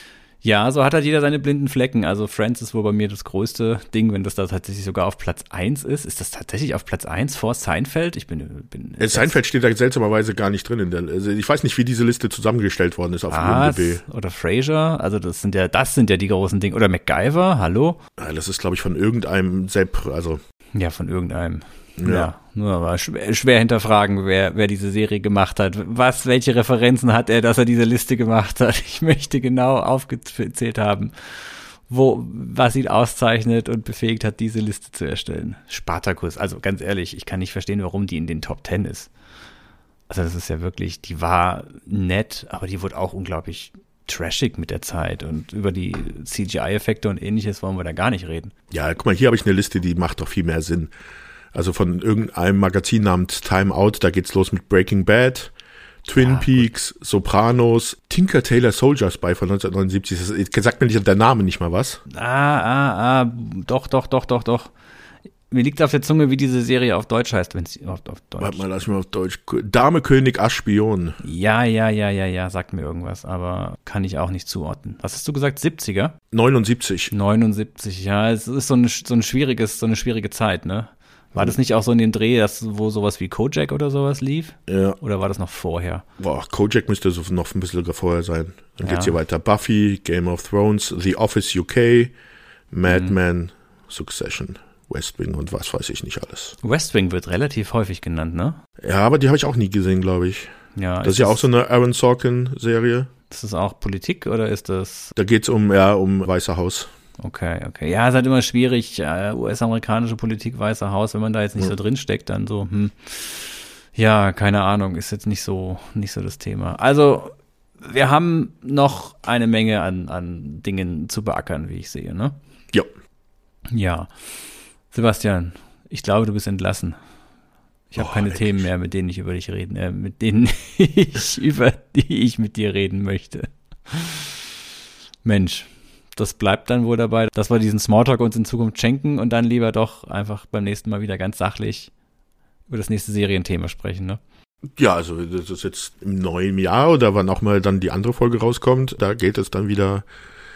Ja, so hat halt jeder seine blinden Flecken. Also Friends ist wohl bei mir das größte Ding, wenn das da tatsächlich sogar auf Platz eins ist. Ist das tatsächlich auf Platz eins vor Seinfeld? Ich bin, bin äh, Seinfeld steht da seltsamerweise gar nicht drin. In der, also ich weiß nicht, wie diese Liste zusammengestellt worden ist auf I M D B. Ah, Oder Frasier, also das sind ja, das sind ja die großen Dinge. Oder MacGyver, hallo? Ja, das ist, glaube ich, von irgendeinem Sepp, also. Ja, von irgendeinem. Ja, ja nur aber schwer, schwer hinterfragen, wer, wer diese Serie gemacht hat. Was, welche Referenzen hat er, dass er diese Liste gemacht hat? Ich möchte genau aufgezählt haben, wo, was ihn auszeichnet und befähigt hat, diese Liste zu erstellen. Spartacus, also ganz ehrlich, ich kann nicht verstehen, warum die in den Top Ten ist. Also das ist ja wirklich, die war nett, aber die wurde auch unglaublich trashig mit der Zeit und über die C G I-Effekte und ähnliches wollen wir da gar nicht reden. Ja, guck mal, hier habe ich eine Liste, die macht doch viel mehr Sinn. Also von irgendeinem Magazin namens Time Out, da geht's los mit Breaking Bad, Twin ja, Peaks, gut. Sopranos, Tinker Tailor Soldier Spy von neunzehnhundertneunundsiebzig. Das sagt mir nicht der Name nicht mal was. Ah, ah, ah, doch, doch, doch, doch, doch. Mir liegt auf der Zunge, wie diese Serie auf Deutsch heißt, wenn sie auf, auf Deutsch. Warte mal, lass mich mal auf Deutsch. Dame, König, Ass, Spion. Ja, ja, ja, ja, ja, sagt mir irgendwas, aber kann ich auch nicht zuordnen. Was hast du gesagt, siebziger? neunundsiebzig. neunundsiebzig, ja, es ist so ein, so ein schwieriges, so eine schwierige Zeit, ne? War das nicht auch so in dem Dreh, dass, wo sowas wie Kojak oder sowas lief? Ja. Oder war das noch vorher? Boah, Kojak müsste so noch ein bisschen vorher sein. Dann ja. geht's hier weiter. Buffy, Game of Thrones, The Office U K, Mad mhm. Men, Succession, West Wing und was weiß ich nicht alles. West Wing wird relativ häufig genannt, ne? Ja, aber die habe ich auch nie gesehen, glaube ich. Ja. Das ist ja auch so eine Aaron Sorkin-Serie. Ist das auch Politik oder ist das? Da geht's um, ja, um Weiße Haus. Okay, okay. Ja, ist halt immer schwierig, äh, U S-amerikanische Politik, Weiße Haus, wenn man da jetzt nicht ja. so drin steckt, dann so, hm, ja, keine Ahnung, ist jetzt nicht so, nicht so das Thema. Also, wir haben noch eine Menge an, an Dingen zu beackern, wie ich sehe, ne? Ja. Ja. Sebastian, ich glaube, du bist entlassen. Ich habe oh, keine Themen mehr, mit denen ich über dich reden, äh, mit denen ich über die ich mit dir reden möchte. Mensch. Das bleibt dann wohl dabei, dass wir diesen Smalltalk uns in Zukunft schenken und dann lieber doch einfach beim nächsten Mal wieder ganz sachlich über das nächste Serienthema sprechen, ne? Ja, also das ist jetzt im neuen Jahr oder wann auch mal dann die andere Folge rauskommt, da geht es dann wieder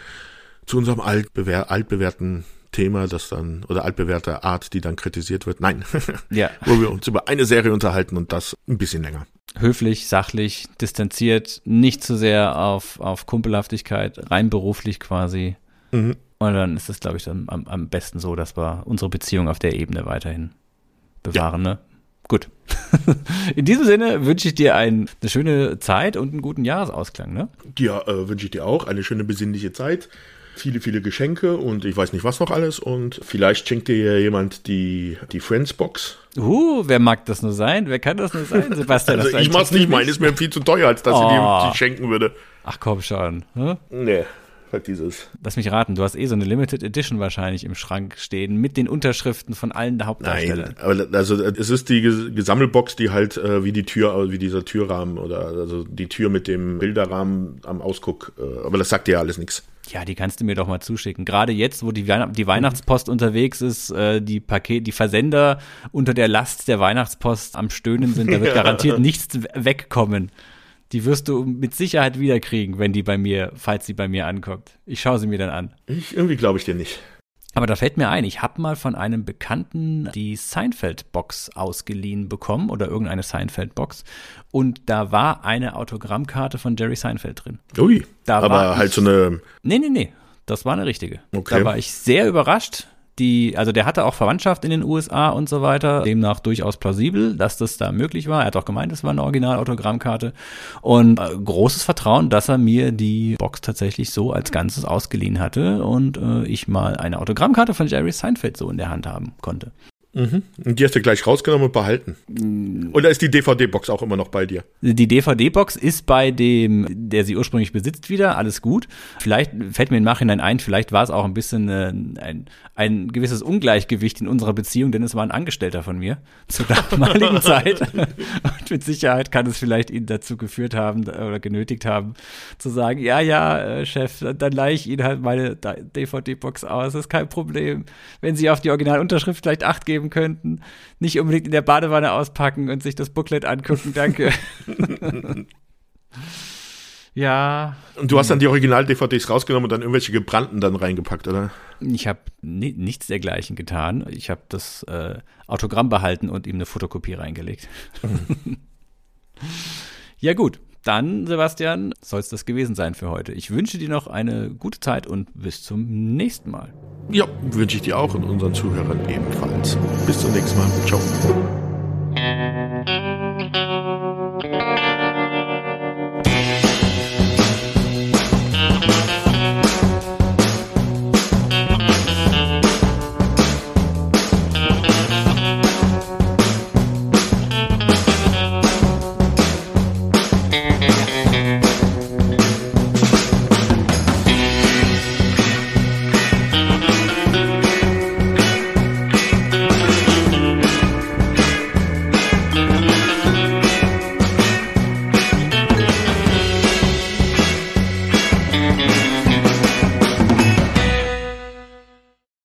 zu unserem altbewehr- altbewährten Thema, das dann, oder altbewährter Art, die dann kritisiert wird. Nein, ja. Wo wir uns über eine Serie unterhalten und das ein bisschen länger. Höflich, sachlich, distanziert, nicht zu sehr auf, auf Kumpelhaftigkeit, rein beruflich quasi. Mhm. Und dann ist es, glaube ich, dann am, am besten so, dass wir unsere Beziehung auf der Ebene weiterhin bewahren, ja. Ne? Gut. In diesem Sinne wünsche ich dir ein, eine schöne Zeit und einen guten Jahresausklang, ne? Ja, äh, wünsche ich dir auch eine schöne besinnliche Zeit. Viele, viele Geschenke und ich weiß nicht was noch alles und vielleicht schenkt dir jemand die, die Friends-Box. Uh, wer mag das nur sein? Wer kann das nur sein, Sebastian? Also ich mach's nicht, meine ist mir viel zu teuer, als dass oh. ich die, die schenken würde. Ach komm schon. Hm? Nee, halt dieses. Lass mich raten, du hast eh so eine Limited Edition wahrscheinlich im Schrank stehen mit den Unterschriften von allen der Hauptdarsteller. Nein, aber also es ist die Gesammelbox, die halt äh, wie die Tür, wie dieser Türrahmen oder also die Tür mit dem Bilderrahmen am Ausguck, äh, aber das sagt dir ja alles nichts. Ja, die kannst du mir doch mal zuschicken. Gerade jetzt, wo die, Weihn- die Weihnachtspost unterwegs ist, äh, die Paket, die Versender unter der Last der Weihnachtspost am Stöhnen sind, da wird garantiert nichts wegkommen. Die wirst du mit Sicherheit wiederkriegen, wenn die bei mir, falls sie bei mir ankommt. Ich schaue sie mir dann an. Ich, irgendwie glaube ich dir nicht. Aber da fällt mir ein, ich habe mal von einem Bekannten die Seinfeld-Box ausgeliehen bekommen oder irgendeine Seinfeld-Box und da war eine Autogrammkarte von Jerry Seinfeld drin. Ui, da aber halt ich, so eine... Nee, nee, nee, das war eine richtige. Okay. Da war ich sehr überrascht. Die, also der hatte auch Verwandtschaft in den U S A und so weiter, demnach durchaus plausibel, dass das da möglich war. Er hat auch gemeint, es war eine Original-Autogrammkarte und äh, großes Vertrauen, dass er mir die Box tatsächlich so als Ganzes ausgeliehen hatte und äh, ich mal eine Autogrammkarte von Jerry Seinfeld so in der Hand haben konnte. Mhm. Und die hast du gleich rausgenommen und behalten? Oder ist die D V D-Box auch immer noch bei dir? Die D V D-Box ist bei dem, der sie ursprünglich besitzt, wieder. Alles gut. Vielleicht fällt mir im Nachhinein ein, vielleicht war es auch ein bisschen äh, ein, ein gewisses Ungleichgewicht in unserer Beziehung, denn es war ein Angestellter von mir zur damaligen Zeit. Und mit Sicherheit kann es vielleicht ihn dazu geführt haben oder genötigt haben, zu sagen, ja, ja, äh, Chef, dann leihe ich Ihnen halt meine D V D-Box aus. Das ist kein Problem. Wenn Sie auf die Originalunterschrift vielleicht Acht geben könnten, nicht unbedingt in der Badewanne auspacken und sich das Booklet angucken, danke. Ja. Und du hast dann die Original-D V Ds rausgenommen und dann irgendwelche gebrannten dann reingepackt, oder? Ich habe ni- nichts dergleichen getan. Ich habe das äh, Autogramm behalten und ihm eine Fotokopie reingelegt. Mhm. Ja gut, dann, Sebastian, soll es das gewesen sein für heute. Ich wünsche dir noch eine gute Zeit und bis zum nächsten Mal. Ja, wünsche ich dir auch und unseren Zuhörern ebenfalls. Bis zum nächsten Mal. Ciao.